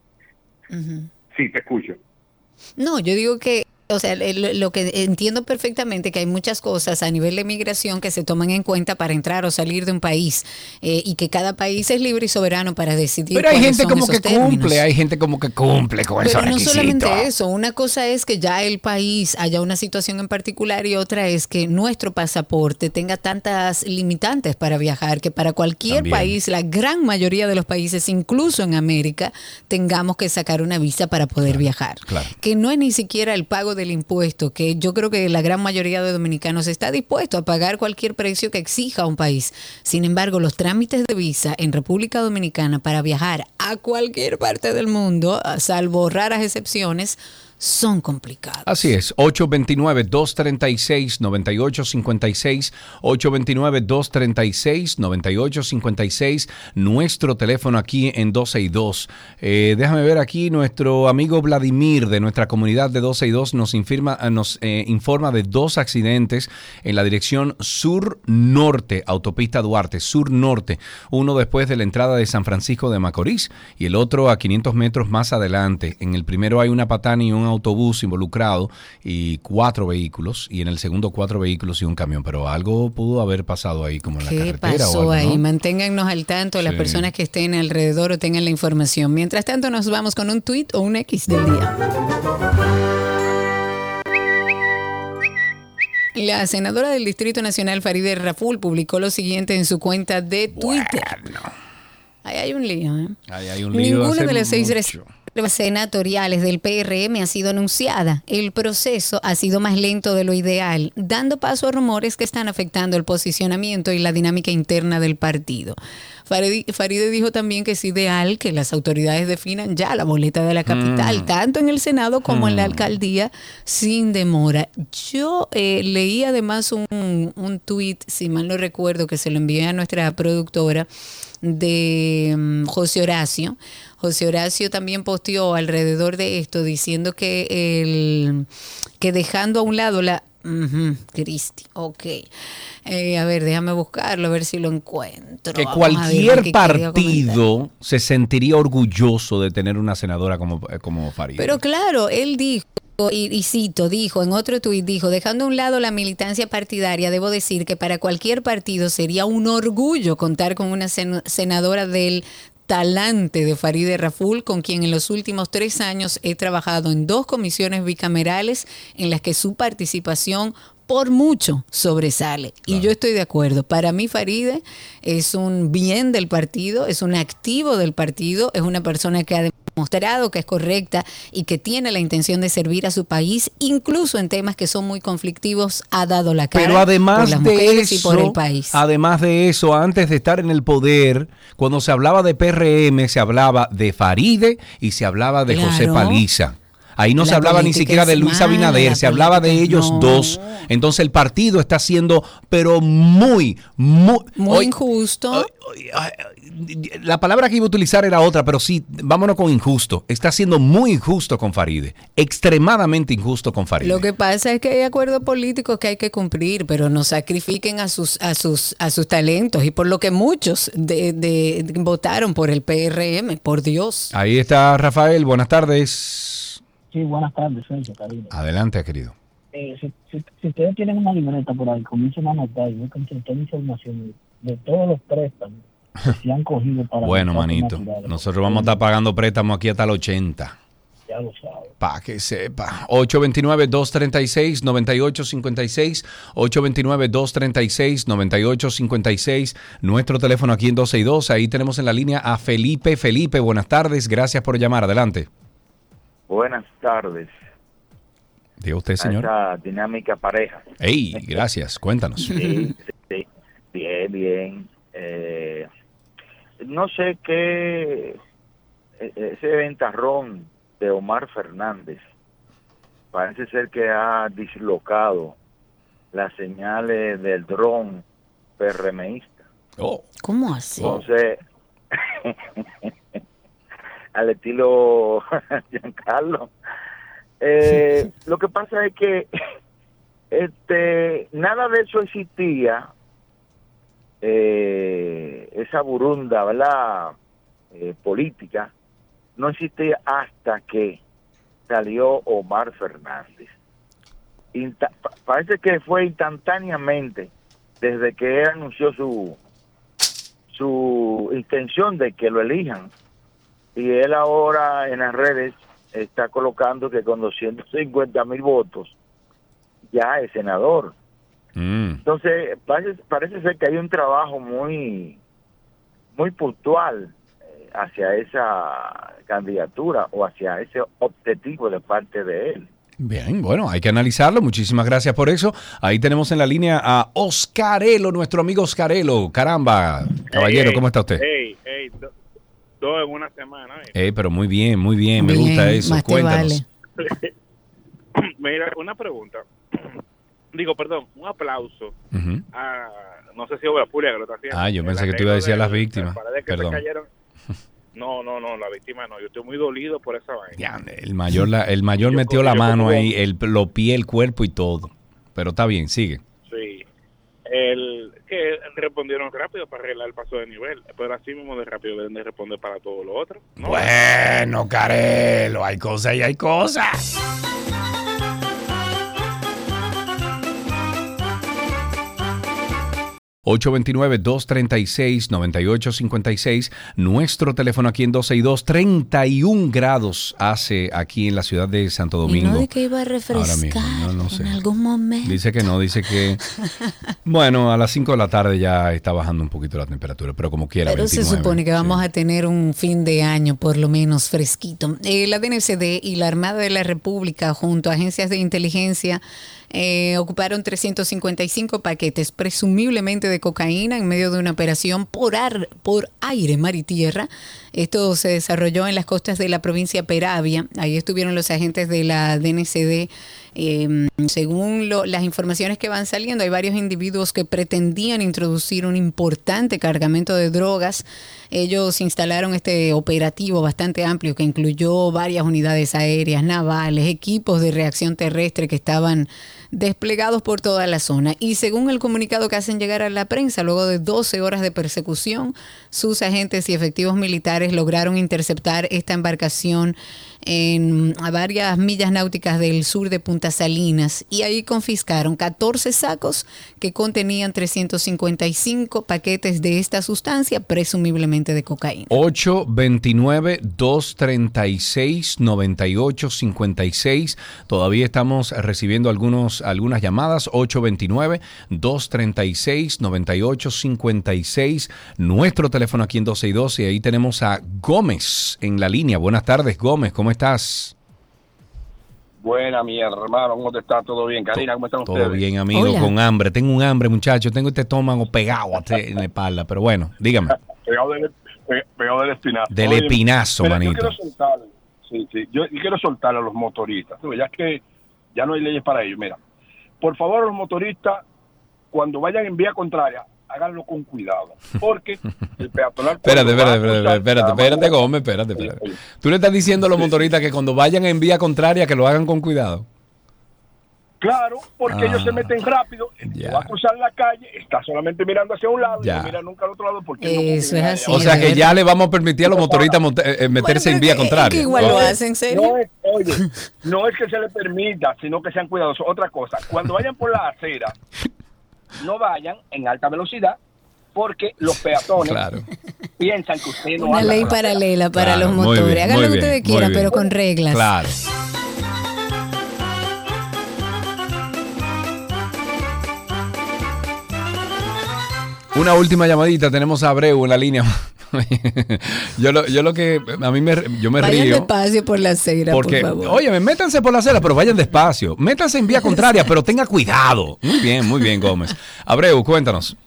sí, te escucho. No, yo digo que, o sea, lo que entiendo perfectamente que hay muchas cosas a nivel de migración que se toman en cuenta para entrar o salir de un país y que cada país es libre y soberano para decidir. Pero hay gente son como esos que términos. cumple, hay gente como que cumple con esos Pero no requisitos. solamente eso, una cosa es que ya el país haya una situación en particular y otra es que nuestro pasaporte tenga tantas limitantes para viajar que para cualquier país, la gran mayoría de los países, incluso en América, tengamos que sacar una visa para poder viajar. Claro. Que no es ni siquiera el pago del impuesto, que yo creo que la gran mayoría de dominicanos está dispuesto a pagar cualquier precio que exija un país. Sin embargo, los trámites de visa en República Dominicana para viajar a cualquier parte del mundo, salvo raras excepciones, son complicados. Así es, 829-236-9856, 829-236-9856, nuestro teléfono aquí en 12 y 2. Déjame ver aquí, nuestro amigo Vladimir de nuestra comunidad de 12 y 2 nos informa de 2 accidentes en la dirección sur-norte, autopista Duarte, sur-norte, uno después de la entrada de San Francisco de Macorís y el otro a 500 metros más adelante. En el primero hay una patana y un autobús involucrado y 4 vehículos, y en el segundo 4 vehículos y un camión, pero algo pudo haber pasado ahí como en la carretera. ¿Qué pasó o algo, ahí? ¿no? Manténgannos al tanto, las personas que estén alrededor o tengan la información. Mientras tanto nos vamos con un tweet o un X del día. La senadora del Distrito Nacional, Farideh Raful, publicó lo siguiente en su cuenta de Twitter. Ahí hay un lío, ¿eh? Ahí hay un lío. Ninguna de las 6 reservas senatoriales del PRM ha sido anunciada. El proceso ha sido más lento de lo ideal, dando paso a rumores que están afectando el posicionamiento y la dinámica interna del partido. Farideh dijo también que es ideal que las autoridades definan ya la boleta de la capital, tanto en el Senado como en la alcaldía, sin demora. Yo leí además un tuit, si mal no recuerdo, que se lo envié a nuestra productora, de José Horacio. José Horacio también posteó alrededor de esto diciendo que dejando a un lado la... Cristi, ok. A ver, déjame buscarlo, a ver si lo encuentro. Que cualquier partido se sentiría orgulloso de tener una senadora como Farideh. Pero claro, él dijo, y cito, dijo en otro tuit, dijo, dejando a un lado la militancia partidaria, debo decir que para cualquier partido sería un orgullo contar con una senadora del talante de Farideh Raful, con quien en los últimos 3 años he trabajado en 2 comisiones bicamerales en las que su participación por mucho sobresale. Claro. Y yo estoy de acuerdo. Para mí Farideh es un bien del partido, es un activo del partido, es una persona que ha demostrado que es correcta y que tiene la intención de servir a su país, incluso en temas que son muy conflictivos, ha dado la cara. Pero además por las mujeres y por el país. Además de eso, antes de estar en el poder, cuando se hablaba de PRM, se hablaba de Farideh y se hablaba de José Paliza. Ahí no se hablaba ni siquiera de Luis Abinader, se hablaba de ellos dos. Entonces el partido está siendo, pero muy injusto. La palabra que iba a utilizar era otra, pero sí, vámonos con injusto. Está siendo muy injusto con Farideh, extremadamente injusto con Farideh. Lo que pasa es que hay acuerdos políticos que hay que cumplir, pero no sacrifiquen a sus talentos, y por lo que muchos votaron por el PRM, por Dios. Ahí está Rafael, buenas tardes. Sí, buenas tardes, Sergio, Karina. Adelante, querido. Si ustedes tienen una libreta por ahí, comiencen a anotar y busquen toda la información de todos los préstamos que se han cogido para... Bueno, manito, nosotros vamos a estar pagando préstamos aquí hasta el 80. Ya lo sabes. Para que sepa. 829-236-9856. 829-236-9856. Nuestro teléfono aquí en 12 y 2. Ahí tenemos en la línea a Felipe. Felipe, buenas tardes. Gracias por llamar. Adelante. Buenas tardes. Diga usted, señor. Esa dinámica pareja. Ey, gracias. Cuéntanos. Sí. Bien. No sé qué... Ese ventarrón de Omar Fernández parece ser que ha dislocado las señales del dron PRMista. ¿Cómo así? Entonces... al estilo Giancarlo. Lo que pasa es que nada de eso existía, esa burunda, ¿verdad? Política, no existía hasta que salió Omar Fernández. Parece que fue instantáneamente, desde que él anunció su intención de que lo elijan. Y él ahora en las redes está colocando que con 250,000 votos ya es senador. Entonces parece ser que hay un trabajo muy puntual hacia esa candidatura o hacia ese objetivo de parte de él. Bien, bueno, hay que analizarlo. Muchísimas gracias por eso. Ahí tenemos en la línea a Oscarelo, nuestro amigo Oscarelo. Caramba, caballero, ¿cómo está usted? 2 en una semana. Pero muy bien, me gusta eso. Más Cuéntanos. Vale. Mira, una pregunta. Un aplauso a, no sé si Obra Pública que lo está haciendo. Yo pensé que tú ibas a decir a las víctimas. Perdón. No, la víctima no. Yo estoy muy dolido por esa vaina. Ya, el mayor metió la mano ahí, los pies, el cuerpo y todo. Pero está bien, sigue. Sí. Que respondieron rápido para arreglar el paso de nivel, pero así mismo de rápido deben de responder para todo lo otro, ¿no? Bueno, Carelo, hay cosas y hay cosas. ...829-236-9856... ...nuestro teléfono aquí en 12:02... ...31 grados hace aquí en la ciudad de Santo Domingo. Y no de que iba a refrescar no sé. en algún momento. Dice que no, dice que... bueno, a las 5 de la tarde ya está bajando un poquito la temperatura... ...pero como quiera, pero 29, se supone que vamos a tener un fin de año por lo menos fresquito. La DNCD y la Armada de la República junto a agencias de inteligencia... ocuparon 355 paquetes presumiblemente de cocaína en medio de una operación por aire, mar y tierra. Esto se desarrolló en las costas de la provincia Peravia. Ahí estuvieron los agentes de la DNCD. Según las informaciones que van saliendo, hay varios individuos que pretendían introducir un importante cargamento de drogas. Ellos instalaron este operativo bastante amplio que incluyó varias unidades aéreas, navales, equipos de reacción terrestre que estaban desplegados por toda la zona. Y según el comunicado que hacen llegar a la prensa, luego de 12 horas de persecución, sus agentes y efectivos militares lograron interceptar esta embarcación a varias millas náuticas del sur de Punta Salinas, y ahí confiscaron 14 sacos que contenían 355 paquetes de esta sustancia, presumiblemente de cocaína. 829-236-9856. Todavía estamos recibiendo algunas llamadas. 829-236-9856. Nuestro teléfono aquí en 12:02, y ahí tenemos a Gómez en la línea. Buenas tardes, Gómez, ¿cómo estás? Buena, mi hermano, ¿cómo te está? ¿Todo bien? Karina, ¿cómo están ustedes? Todo bien, amigo. Hola. Con hambre. Tengo un hambre, muchacho. Tengo este estómago pegado en la espalda. Pero bueno, dígame. pegado del espinazo. Del espinazo, mira, manito. Yo quiero soltar, yo quiero soltar a los motoristas. Ya que ya no hay leyes para ellos. Mira, por favor, los motoristas, cuando vayan en vía contraria, háganlo con cuidado, porque el peatonal... Espérate, Gómez, espérate. Tú le estás diciendo a los motoristas que cuando vayan en vía contraria que lo hagan con cuidado. Claro, porque ellos se meten rápido, va a cruzar la calle, está solamente mirando hacia un lado y no mira nunca al otro lado porque eso es así. O sea que ya le vamos a permitir a los motoristas meterse en vía contraria. Que igual lo hacen, ¿en serio? No es que se les permita, sino que sean cuidadosos. Otra cosa, cuando vayan por la acera, no vayan en alta velocidad, porque los peatones piensan que usted no una ley paralela para los motores. Hagan lo que ustedes quieran, pero con reglas. Claro. Una última llamadita, tenemos a Abreu en la línea. yo lo que a mí yo me vayan río. Vayan despacio por la acera, porque, por favor. Oye, métanse por la acera, pero vayan despacio. Métanse en vía contraria, pero tenga cuidado. Muy bien, Gómez. Abreu, cuéntanos.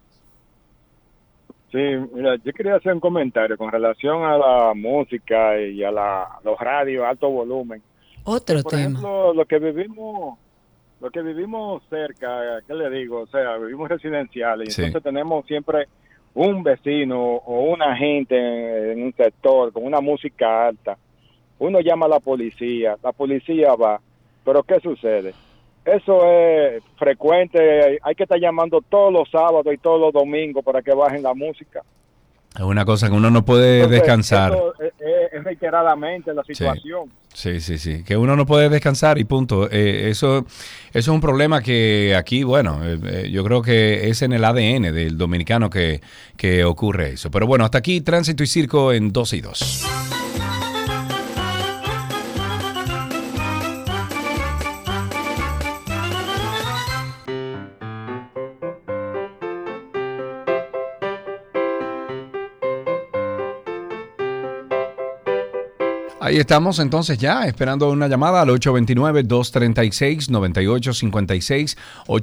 Sí, mira, yo quería hacer un comentario con relación a la música y a los radios a alto volumen. Otro por tema. Ejemplo, lo que vivimos cerca, ¿qué le digo? O sea, vivimos residenciales, y entonces tenemos siempre un vecino o una gente en un sector con una música alta. Uno llama a la policía va, pero ¿qué sucede? Eso es frecuente, hay que estar llamando todos los sábados y todos los domingos para que bajen la música. Es una cosa que uno no puede descansar. Eso es reiteradamente la situación. Sí, que uno no puede descansar y punto. Eso es un problema que aquí, bueno, yo creo que es en el ADN del dominicano que ocurre eso. Pero bueno, hasta aquí Tránsito y Circo en 12:02. Ahí estamos entonces ya esperando una llamada al 829-236-9856,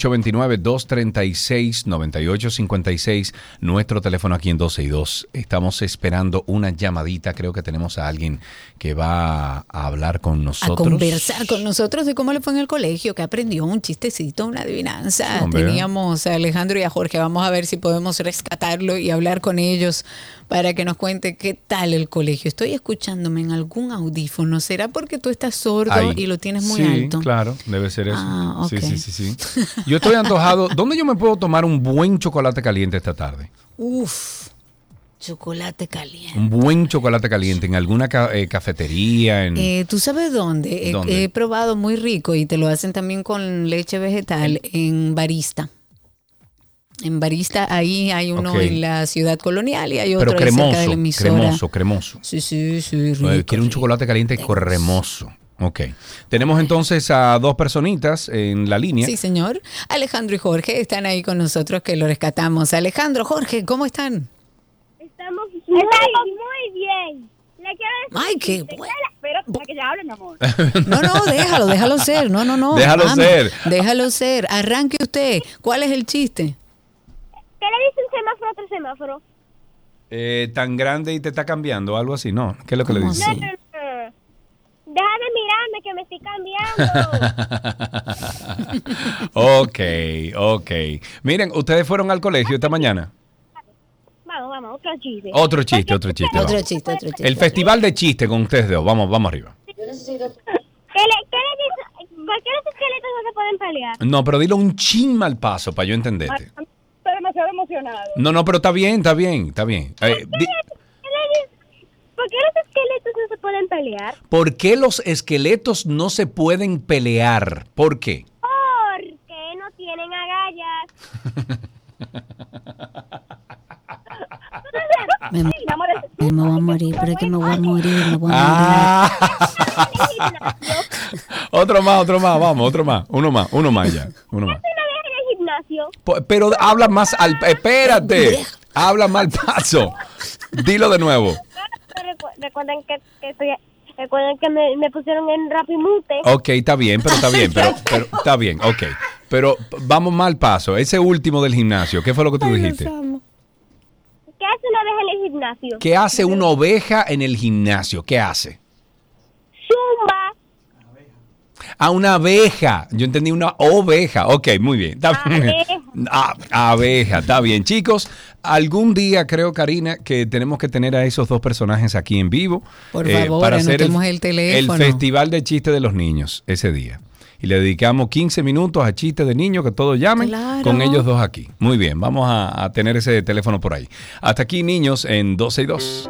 829-236-9856, nuestro teléfono aquí en 12y2. Estamos esperando una llamadita, creo que tenemos a alguien que va a hablar con nosotros. A conversar con nosotros de cómo le fue en el colegio, que aprendió un chistecito, una adivinanza. Sí, teníamos a Alejandro y a Jorge, vamos a ver si podemos rescatarlo y hablar con ellos para que nos cuente qué tal el colegio. Estoy escuchándome en algún audífono. ¿Será porque tú estás sordo y lo tienes muy alto? Sí, claro, debe ser eso. Okay. Sí. Yo estoy antojado. ¿Dónde yo me puedo tomar un buen chocolate caliente esta tarde? Uf, chocolate caliente. Un buen chocolate caliente en alguna cafetería. ¿Tú sabes dónde? ¿Dónde? He probado muy rico y te lo hacen también con leche vegetal en Barista. En Barista, ahí hay uno en la Ciudad Colonial y hay otro cerca de la emisora. Cremoso. Sí, rico. Quiero un chocolate caliente cremoso. Ok. Tenemos entonces a dos personitas en la línea. Sí, señor. Alejandro y Jorge están ahí con nosotros que lo rescatamos. Alejandro, Jorge, ¿cómo están? Estamos muy bien. Le quiero decir, ay, qué bueno. Pero para que ya hable, mi amor. No, déjalo ser. No. Déjalo ser. Arranque usted. ¿Cuál es el chiste? ¿Qué le dice un semáforo a otro semáforo? Tan grande y te está cambiando, algo así, ¿no? ¿Qué es lo que le dice? No. Deja de mirarme que me estoy cambiando. Ok. Miren, ¿ustedes fueron al colegio esta mañana? Vamos, otro chiste. Otro chiste. El festival de chistes con ustedes dos. Vamos arriba. ¿Qué le dice? ¿Por qué los esqueletos no se pueden pelear? No, pero dilo un chin mal paso para yo entenderte. Estoy demasiado emocionado. No, pero está bien. ¿Por qué los esqueletos no se pueden pelear? ¿Por qué los esqueletos no se pueden pelear? ¿Por qué? Porque no tienen agallas. Me voy a morir, pero es que me voy a morir. Otro más, vamos, otro más. Uno más ya. Uno más. Gimnasio. Pero habla más espérate, habla mal paso. Dilo de nuevo. Recuerden que me pusieron en Rapimute. Ok, está bien, pero está bien, ok. Pero vamos mal paso. Ese último del gimnasio, ¿qué fue lo que tú dijiste? ¿Qué hace una oveja en el gimnasio? ¿Qué hace una oveja en el gimnasio? ¿Qué hace? Zumba. Una abeja. Yo entendí una oveja. Ok, muy bien. Está bien. Abeja, está bien. Chicos, algún día creo, Karina, que tenemos que tener a esos dos personajes aquí en vivo. Por favor, para hacer el teléfono. El festival de chistes de los niños ese día. Y le dedicamos 15 minutos a chistes de niños que todos llamen con ellos dos aquí. Muy bien, vamos a tener ese teléfono por ahí. Hasta aquí, niños, en 12y2.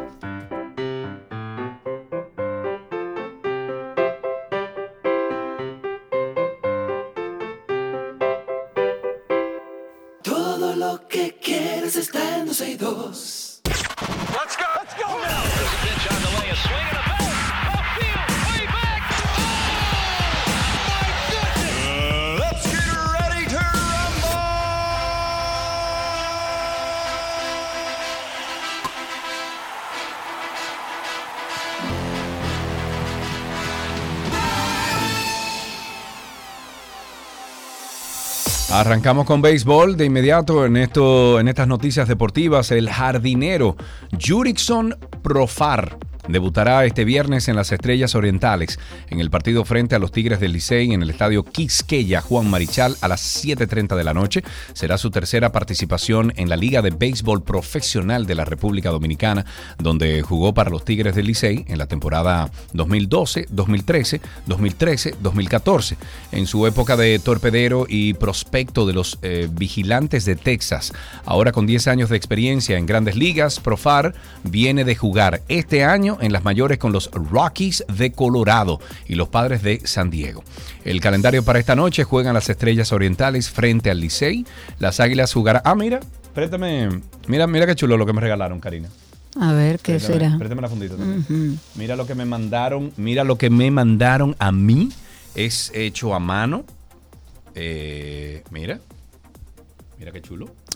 Todo lo que quieres está en 12y2. Let's go now. There's a pitch on the way, a swing and a bat. Off field, way back. Oh, my goodness. Let's get ready to rumble. Arrancamos con béisbol de inmediato en estas noticias deportivas. El jardinero Jurickson Profar debutará este viernes en las Estrellas Orientales en el partido frente a los Tigres del Licey en el estadio Quisqueya Juan Marichal a las 7:30 de la noche. Será su tercera participación en la Liga de Béisbol Profesional de la República Dominicana, donde jugó para los Tigres del Licey en la temporada 2012, 2013, 2013, 2014. En su época de torpedero y prospecto de los Vigilantes de Texas. Ahora con 10 años de experiencia en Grandes Ligas, Profar viene de jugar este año en las mayores con los Rockies de Colorado y los Padres de San Diego. El calendario para esta noche: juegan las Estrellas Orientales frente al Licey. Las Águilas jugarán... mira, préstame. Mira qué chulo lo que me regalaron, Karina. A ver, ¿qué será? Préstame la fundita también. Mira lo que me mandaron. Mira lo que me mandaron a mí. Es hecho a mano. Mira qué chulo.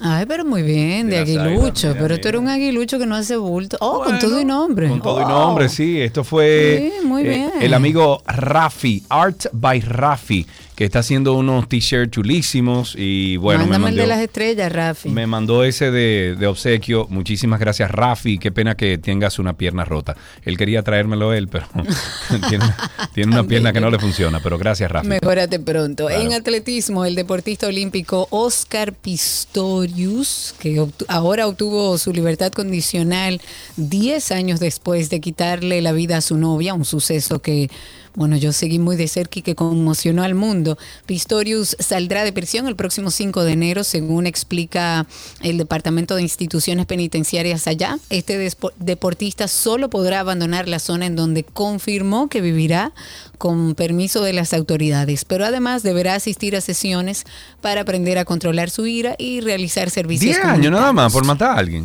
Ay, pero muy bien, de aguilucho. Mira, pero tú eres un aguilucho que no hace bulto. Oh, con todo y nombre. Con todo y nombre, sí. Esto fue Sí, muy bien. el amigo Rafi, Art by Rafi, que está haciendo unos t-shirts chulísimos. Y bueno, Mándame el de las estrellas, Rafi. me mandó ese de obsequio. Muchísimas gracias, Rafi. Qué pena que tengas una pierna rota. Él quería traérmelo él, pero tiene una pierna que no le funciona. Pero gracias, Rafi. Mejórate pronto. Claro. En atletismo, el deportista olímpico Oscar Pistorius, que ahora obtuvo su libertad condicional 10 años después de quitarle la vida a su novia, un suceso que, bueno, yo seguí muy de cerca y que conmocionó al mundo. Pistorius saldrá de prisión el próximo 5 de enero, según explica el Departamento de Instituciones Penitenciarias allá. Este deportista solo podrá abandonar la zona en donde confirmó que vivirá con permiso de las autoridades, pero además deberá asistir a sesiones para aprender a controlar su ira y realizar servicios 10 años nada más por matar a alguien.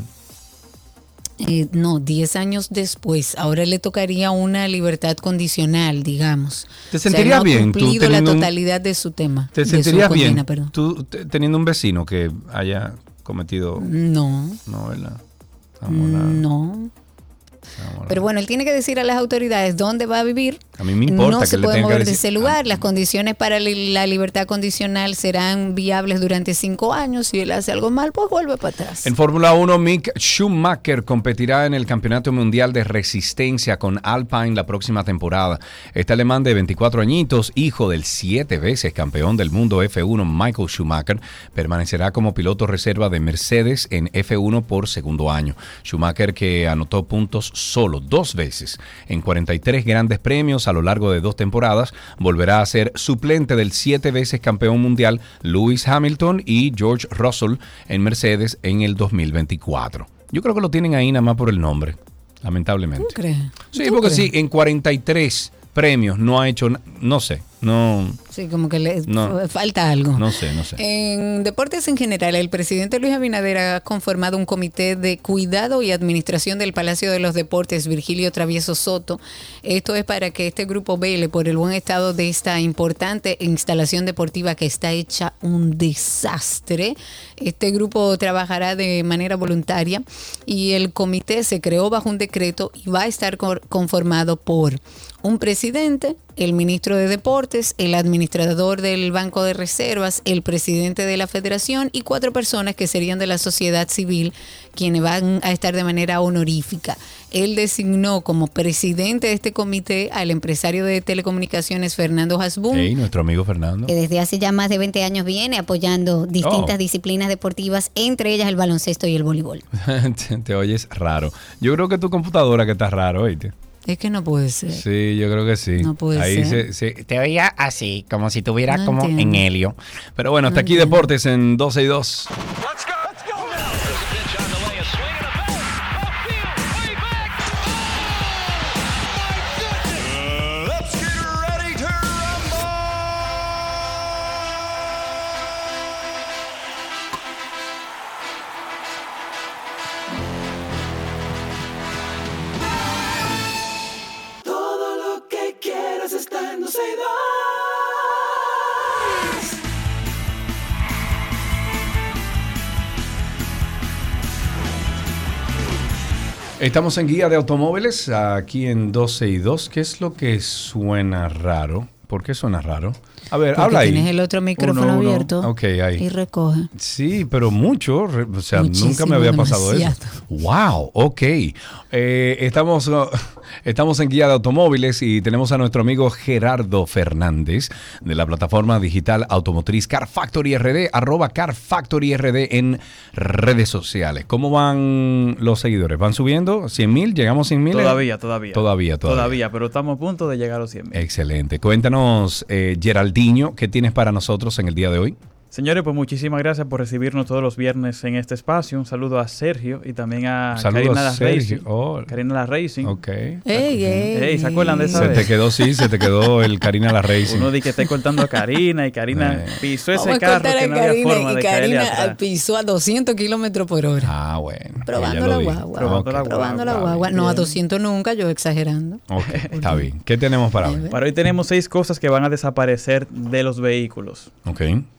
No, 10 años después. Ahora le tocaría una libertad condicional, digamos. ¿Te sentirías bien tú cumplido la teniendo totalidad de su tema. ¿Te de su sentirías bien condena, perdón. tú teniendo un vecino que haya cometido? No. No, ¿verdad? No. Pero bueno, él tiene que decir a las autoridades dónde va a vivir. A mí me importa no que se le puede tenga que mover de decir- ese lugar. Las condiciones para la libertad condicional serán viables durante 5 años. Si él hace algo mal, pues vuelve para atrás. En Fórmula 1, Mick Schumacher competirá en el Campeonato Mundial de Resistencia con Alpine la próxima temporada. Este alemán de 24 añitos, hijo del 7 veces campeón del mundo F1 Michael Schumacher, permanecerá como piloto reserva de Mercedes en F1 por segundo año. Schumacher, que anotó puntos solo 2 veces en 43 grandes premios a lo largo de 2 temporadas, volverá a ser suplente del 7 veces campeón mundial Lewis Hamilton y George Russell en Mercedes en el 2024. Yo creo que lo tienen ahí nada más por el nombre, lamentablemente. ¿Tú crees? Sí, ¿Tú porque crees? sí, en 43 premios no ha hecho, no sé, no, Sí, como que le No. falta algo. no sé. En deportes en general, el presidente Luis Abinader ha conformado un comité de cuidado y administración del Palacio de los Deportes Virgilio Travieso Soto. Esto es para que este grupo vele por el buen estado de esta importante instalación deportiva que está hecha un desastre. Este grupo trabajará de manera voluntaria y el comité se creó bajo un decreto y va a estar conformado por un presidente, el ministro de Deportes, el administrador del Banco de Reservas, el presidente de la Federación y 4 personas que serían de la sociedad civil, quienes van a estar de manera honorífica. Él designó como presidente de este comité al empresario de telecomunicaciones Fernando Hasbún, Hey, nuestro amigo Fernando. Que desde hace ya más de 20 años viene apoyando distintas Oh. disciplinas deportivas, entre ellas el baloncesto y el voleibol. Te oyes raro. Yo creo que tu computadora que está raro, oíste. Es que no puede ser. Sí, yo creo que sí. No puede Ahí ser. te oía así, como si tuviera No como entiendo. en helio. Pero bueno, hasta No aquí entiendo. Deportes en 12 y 2. Let's get ready to rumble. Todo lo que quieras está en 12 y 2. Estamos en Guía de Automóviles, aquí en 12 y 2. ¿Qué es lo que suena raro? ¿Por qué suena raro? A ver, Porque habla ahí. tienes el otro micrófono abierto Ok, ahí. y recoge. Sí, pero mucho, o sea, Muchísimo, nunca me había pasado eso. demasiado. Wow, ok. Estamos en Guía de Automóviles y tenemos a nuestro amigo Gerardo Fernández de la plataforma digital automotriz Car Factory RD, @CarFactoryRD en redes sociales. ¿Cómo van los seguidores? ¿Van subiendo? ¿100,000? ¿Llegamos a 100,000? Todavía, pero estamos a punto de llegar a los 100,000. Excelente. Cuéntanos, Geraldinho, ¿qué tienes para nosotros en el día de hoy? Señores, pues muchísimas gracias por recibirnos todos los viernes en este espacio. Un saludo a Sergio y también a Saludos Karina a La Sergio. Racing. Oh. Karina La Racing. Ok. Ey, ¿se acuerdan de esa Se vez? te quedó, sí, se te quedó el Karina La Racing. Uno dice que está cortando a Karina y Karina pisó Vamos ese a carro contar que a no había Karina forma y de caerle Karina atrás. pisó a 200 kilómetros por hora. Ah, bueno. Probando Ella la lo dijo. guagua. Ok. Probando la guagua. No, a 200 nunca, yo exagerando. Ok, está bien. ¿Qué tenemos para hoy? Para hoy tenemos 6 cosas que van a desaparecer de los vehículos. Ok.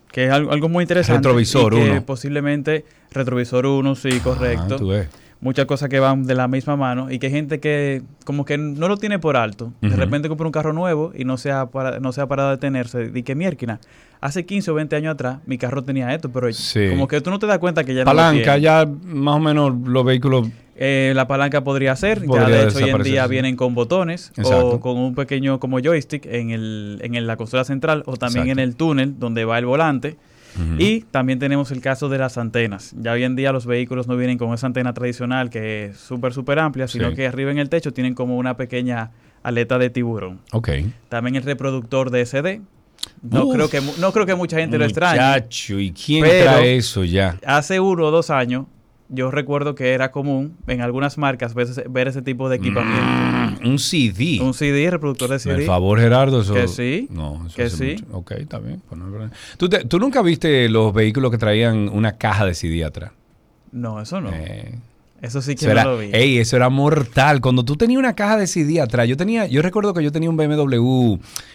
Que es algo muy interesante. Retrovisor y que 1. posiblemente retrovisor 1, sí, correcto. Tú ves. Muchas cosas que van de la misma mano y que hay gente que como que no lo tiene por alto. De repente compra un carro nuevo y no se ha parado a detenerse. Y que mierda, hace 15 o 20 años atrás mi carro tenía esto, pero como que tú no te das cuenta que ya no lo palanca, tiene. ya más o menos los vehículos... La palanca podría ser, ya de hecho hoy en día vienen con botones. Exacto. O con un pequeño como joystick en la consola central o también Exacto. en el túnel donde va el volante. Y también tenemos el caso de las antenas. Ya hoy en día los vehículos no vienen con esa antena tradicional que es súper amplia, sino que arriba en el techo tienen como una pequeña aleta de tiburón. Ok. También el reproductor de SD. No creo que mucha gente lo extrañe. Muchacho, ¿y quién trae eso ya? Hace 1 o 2 años yo recuerdo que era común en algunas marcas ver ese tipo de equipamiento. Un CD. Un CD, reproductor de CD. Por favor, Gerardo, eso... Que sí. No, eso que hace sí. mucho. Ok, está bien. Pues no hay problema. ¿Tú nunca viste los vehículos que traían una caja de CD atrás? No, eso no. Eso sí que eso no era, lo vi. Eso era mortal. Cuando tú tenías una caja de CD atrás, yo recuerdo que yo tenía un BMW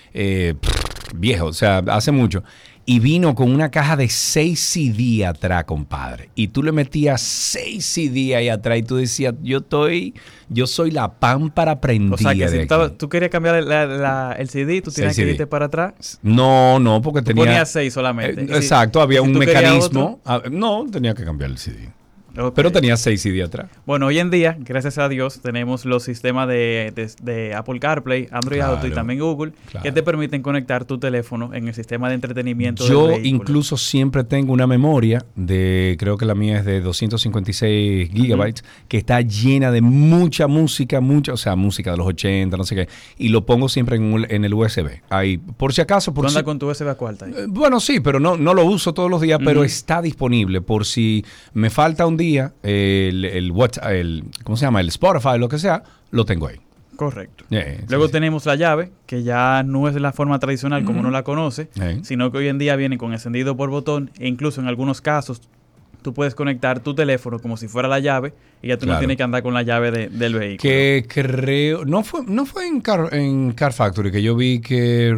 viejo, o sea, hace mucho. Y vino con una caja de 6 CD atrás, compadre. Y tú le metías 6 CD ahí atrás y tú decías, yo soy la pámpara prendida. O sea, que de si aquí. tú querías cambiar el CD, tú tenías que irte para atrás. No, porque Tú tenía... ponías 6 solamente. Exacto, había si un tú querías mecanismo. otro, No, tenía que cambiar el CD. Okay. Pero tenía 6 CD atrás. Bueno, hoy en día, gracias a Dios, tenemos los sistemas de Apple CarPlay, Android Auto y también Google, que te permiten conectar tu teléfono en el sistema de entretenimiento del vehículo. Yo incluso siempre tengo una memoria creo que la mía es de 256 gigabytes, que está llena de mucha música, o sea, música de los 80, no sé qué, y lo pongo siempre en el USB. Ahí, por si acaso... ¿Tú andas con tu USB a cuarta? Bueno, sí, pero no lo uso todos los días, pero está disponible por si me falta un día ¿cómo se llama? El Spotify, lo que sea, lo tengo ahí. Correcto. Luego tenemos la llave, que ya no es de la forma tradicional como uno la conoce, sino que hoy en día viene con encendido por botón e incluso en algunos casos tú puedes conectar tu teléfono como si fuera la llave y ya tú no tienes que andar con la llave del vehículo. Que creo... No fue en Car Factory que yo vi que...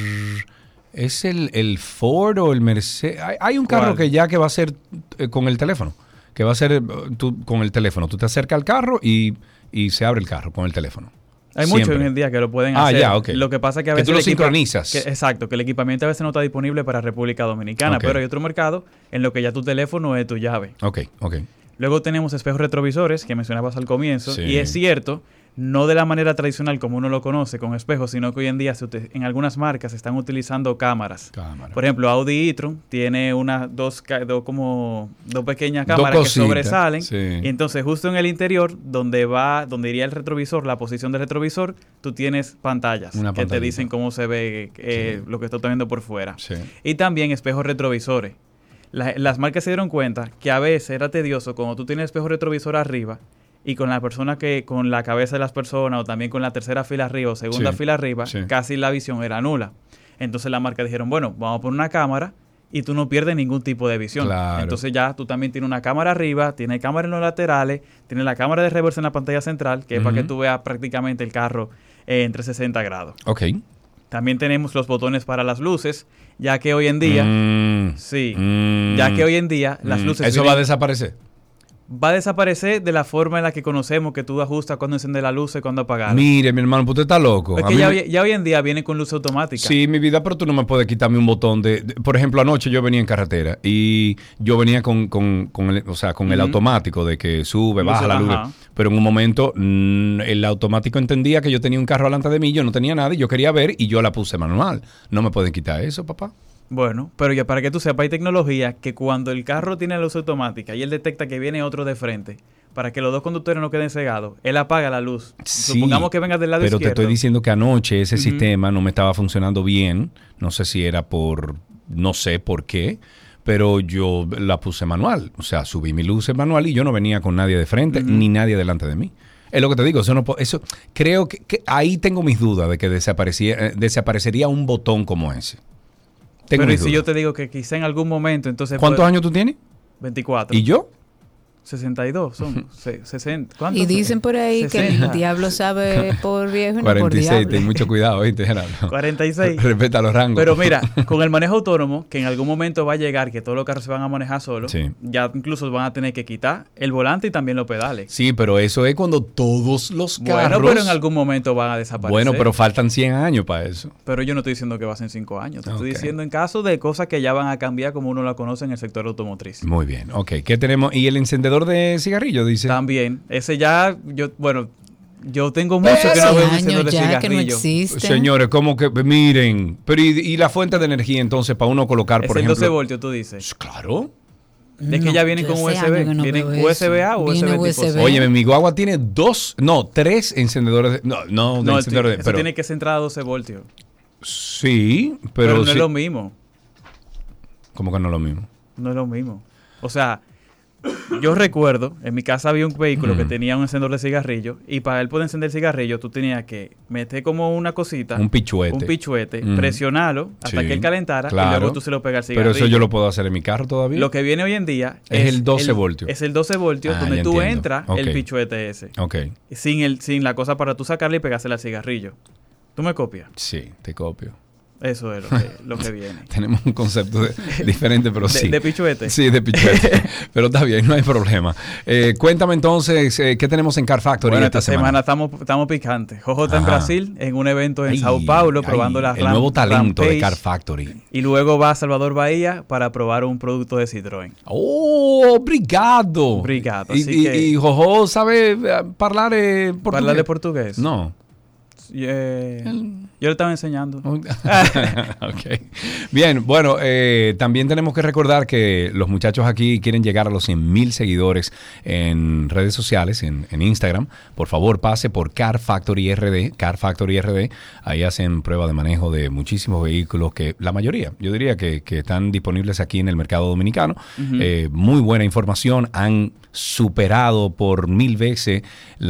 ¿Es el Ford o el Mercedes? Hay un carro que va a ser con el teléfono. Que va a ser con el teléfono. Tú te acercas al carro y se abre el carro con el teléfono. Hay muchos en el día que lo pueden hacer. Lo que pasa es que a veces... tú lo sincronizas. Exacto, que el equipamiento a veces no está disponible para República Dominicana, pero hay otro mercado en lo que ya tu teléfono es tu llave. Ok. Luego tenemos espejos retrovisores, que mencionabas al comienzo, y es cierto... No de la manera tradicional como uno lo conoce, con espejos, sino que hoy en día en algunas marcas están utilizando cámaras. Por ejemplo, Audi e-tron tiene dos pequeñas cámaras que sobresalen. Y entonces justo en el interior, donde iría el retrovisor, la posición del retrovisor, tú tienes pantallas que te dicen cómo se ve lo que estás viendo por fuera. Y también espejos retrovisores. Las marcas se dieron cuenta que a veces era tedioso cuando tú tienes espejo retrovisor arriba y con la cabeza de las personas o también con la tercera fila arriba o segunda fila arriba, casi la visión era nula. Entonces la marca dijeron, bueno, vamos a poner una cámara y tú no pierdes ningún tipo de visión. Entonces ya tú también tienes una cámara arriba, tienes cámara en los laterales, tienes la cámara de reversa en la pantalla central, que es para que tú veas prácticamente el carro en 360 grados. Ok. También tenemos los botones para las luces, ya que hoy en día... ya que hoy en día las luces... ¿Eso va a desaparecer? Va a desaparecer de la forma en la que conocemos, que tú ajustas cuando encender la luz y cuando apagarla. Mire, mi hermano, usted está loco. Es que ya hoy en día viene con luz automática. Sí, mi vida, pero tú no me puedes quitarme un botón por ejemplo, anoche yo venía en carretera y yo venía con el automático de que sube, baja la luz. Pero en un momento el automático entendía que yo tenía un carro delante de mí, yo no tenía nada y yo quería ver y yo la puse manual. No me pueden quitar eso, papá. Bueno, pero ya para que tú sepas, hay tecnología que cuando el carro tiene luz automática y él detecta que viene otro de frente, para que los dos conductores no queden cegados, él apaga la luz. Sí, supongamos que venga del lado izquierdo. Pero te estoy diciendo que anoche ese sistema no me estaba funcionando bien. No sé si era no sé por qué, pero yo la puse manual. O sea, subí mi luz en manual y yo no venía con nadie de frente ni nadie delante de mí. Es lo que te digo, eso creo que ahí tengo mis dudas de que desaparecería un botón como ese. Pero y si yo te digo que quizá en algún momento, entonces... ¿Cuántos años tú tienes? 24. ¿Y yo? 62 son 60. ¿Cuántos? Y dicen por ahí 60. Que el diablo sabe por viejo y 46, no por diablo. Ten mucho cuidado, ¿viste, Gerardo? 46. Respeta los rangos. Pero mira, con el manejo autónomo, que en algún momento va a llegar, que todos los carros se van a manejar solos, ya incluso van a tener que quitar el volante y también los pedales. Sí, pero eso es cuando todos los carros... Bueno, pero en algún momento van a desaparecer. Bueno, pero faltan 100 años para eso. Pero yo no estoy diciendo que va a ser 5 años. Te estoy diciendo en caso de cosas que ya van a cambiar como uno la conoce en el sector automotriz. Muy bien, ok. ¿Qué tenemos? ¿Y el encendedor de cigarrillo, dice? También. Ese ya, yo tengo mucho que no veo un encendedor de cigarrillo. No señores, como que, miren, pero ¿y la fuente de energía entonces para uno colocar, por ejemplo? 12 voltios, tú dices. Claro. Es que ya vienen con USB. Vienen USB-A o USB tipo C. Oye, mi guagua tiene 3 encendedores. No, encendedores. Eso pero tiene que ser entrada a 12 voltios. Sí, pero no es lo mismo. ¿Cómo que no es lo mismo? No es lo mismo. O sea, yo recuerdo, en mi casa había un vehículo que tenía un encendedor de cigarrillo y para él poder encender el cigarrillo tú tenías que meter como una cosita. Un pichuete. Presionarlo hasta que él calentara y luego tú se lo pegas al cigarrillo. Pero eso yo lo puedo hacer en mi carro todavía. Lo que viene hoy en día es el 12 voltios. Es el 12 voltios donde tú entras el pichuete ese. Ok. Sin la cosa para tú sacarle y pegársela al cigarrillo. ¿Tú me copias? Sí, te copio. Eso es lo que viene. Tenemos un concepto diferente, pero sí. ¿De pichuete? Sí, de pichuete. Pero está bien, no hay problema. Cuéntame entonces, ¿qué tenemos en Car Factory esta semana? Estamos picantes. Jojo está en Brasil, en un evento en Sao Paulo, probando la el nuevo talento de Car Factory. Y luego va a Salvador Bahía para probar un producto de Citroën. ¡Oh, obrigado! Obrigado. Y Jojo sabe hablar portugués. ¿Hablar de portugués? No. Yo le estaba enseñando. Okay. Bien, bueno, también tenemos que recordar que los muchachos aquí quieren llegar a los 100,000 seguidores en redes sociales, en Instagram. Por favor, pase por Car Factory RD. Car Factory RD. Ahí hacen prueba de manejo de muchísimos vehículos que la mayoría, yo diría que están disponibles aquí en el mercado dominicano. Muy buena información. Han superado por 1000 veces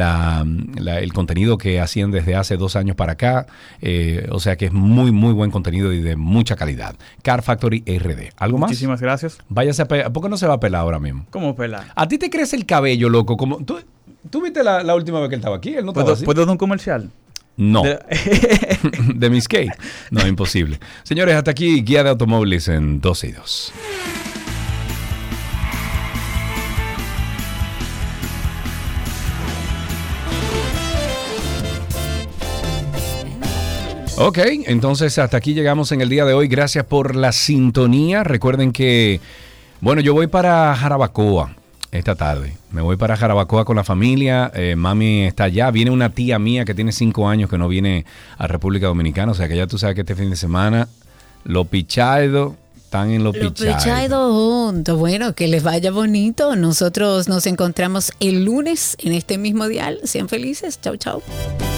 el contenido que hacían desde hace 2 años para acá. O sea que es muy, muy buen contenido y de mucha calidad. Car Factory RD. ¿Algo más? Muchísimas gracias. Váyase a pelar. ¿Por qué no se va a pelar ahora mismo? ¿Cómo pelar? ¿A ti te crece el cabello, loco? Como ¿Tú viste la última vez que él estaba aquí? Él no estaba así. ¿Puedo dar un comercial? No. ¿De Miss Kate? No, imposible. Señores, hasta aquí Guía de Automóviles en 12 y 2. Ok, entonces hasta aquí llegamos en el día de hoy. Gracias por la sintonía. Recuerden que, bueno, yo voy para Jarabacoa esta tarde. Me voy para Jarabacoa con la familia. Mami está allá. Viene una tía mía que tiene 5 años que no viene a República Dominicana. O sea que ya tú sabes que este fin de semana los pichados están en los pichados juntos. Bueno, que les vaya bonito. Nosotros nos encontramos el lunes en este mismo dial. Sean felices. Chau, chau.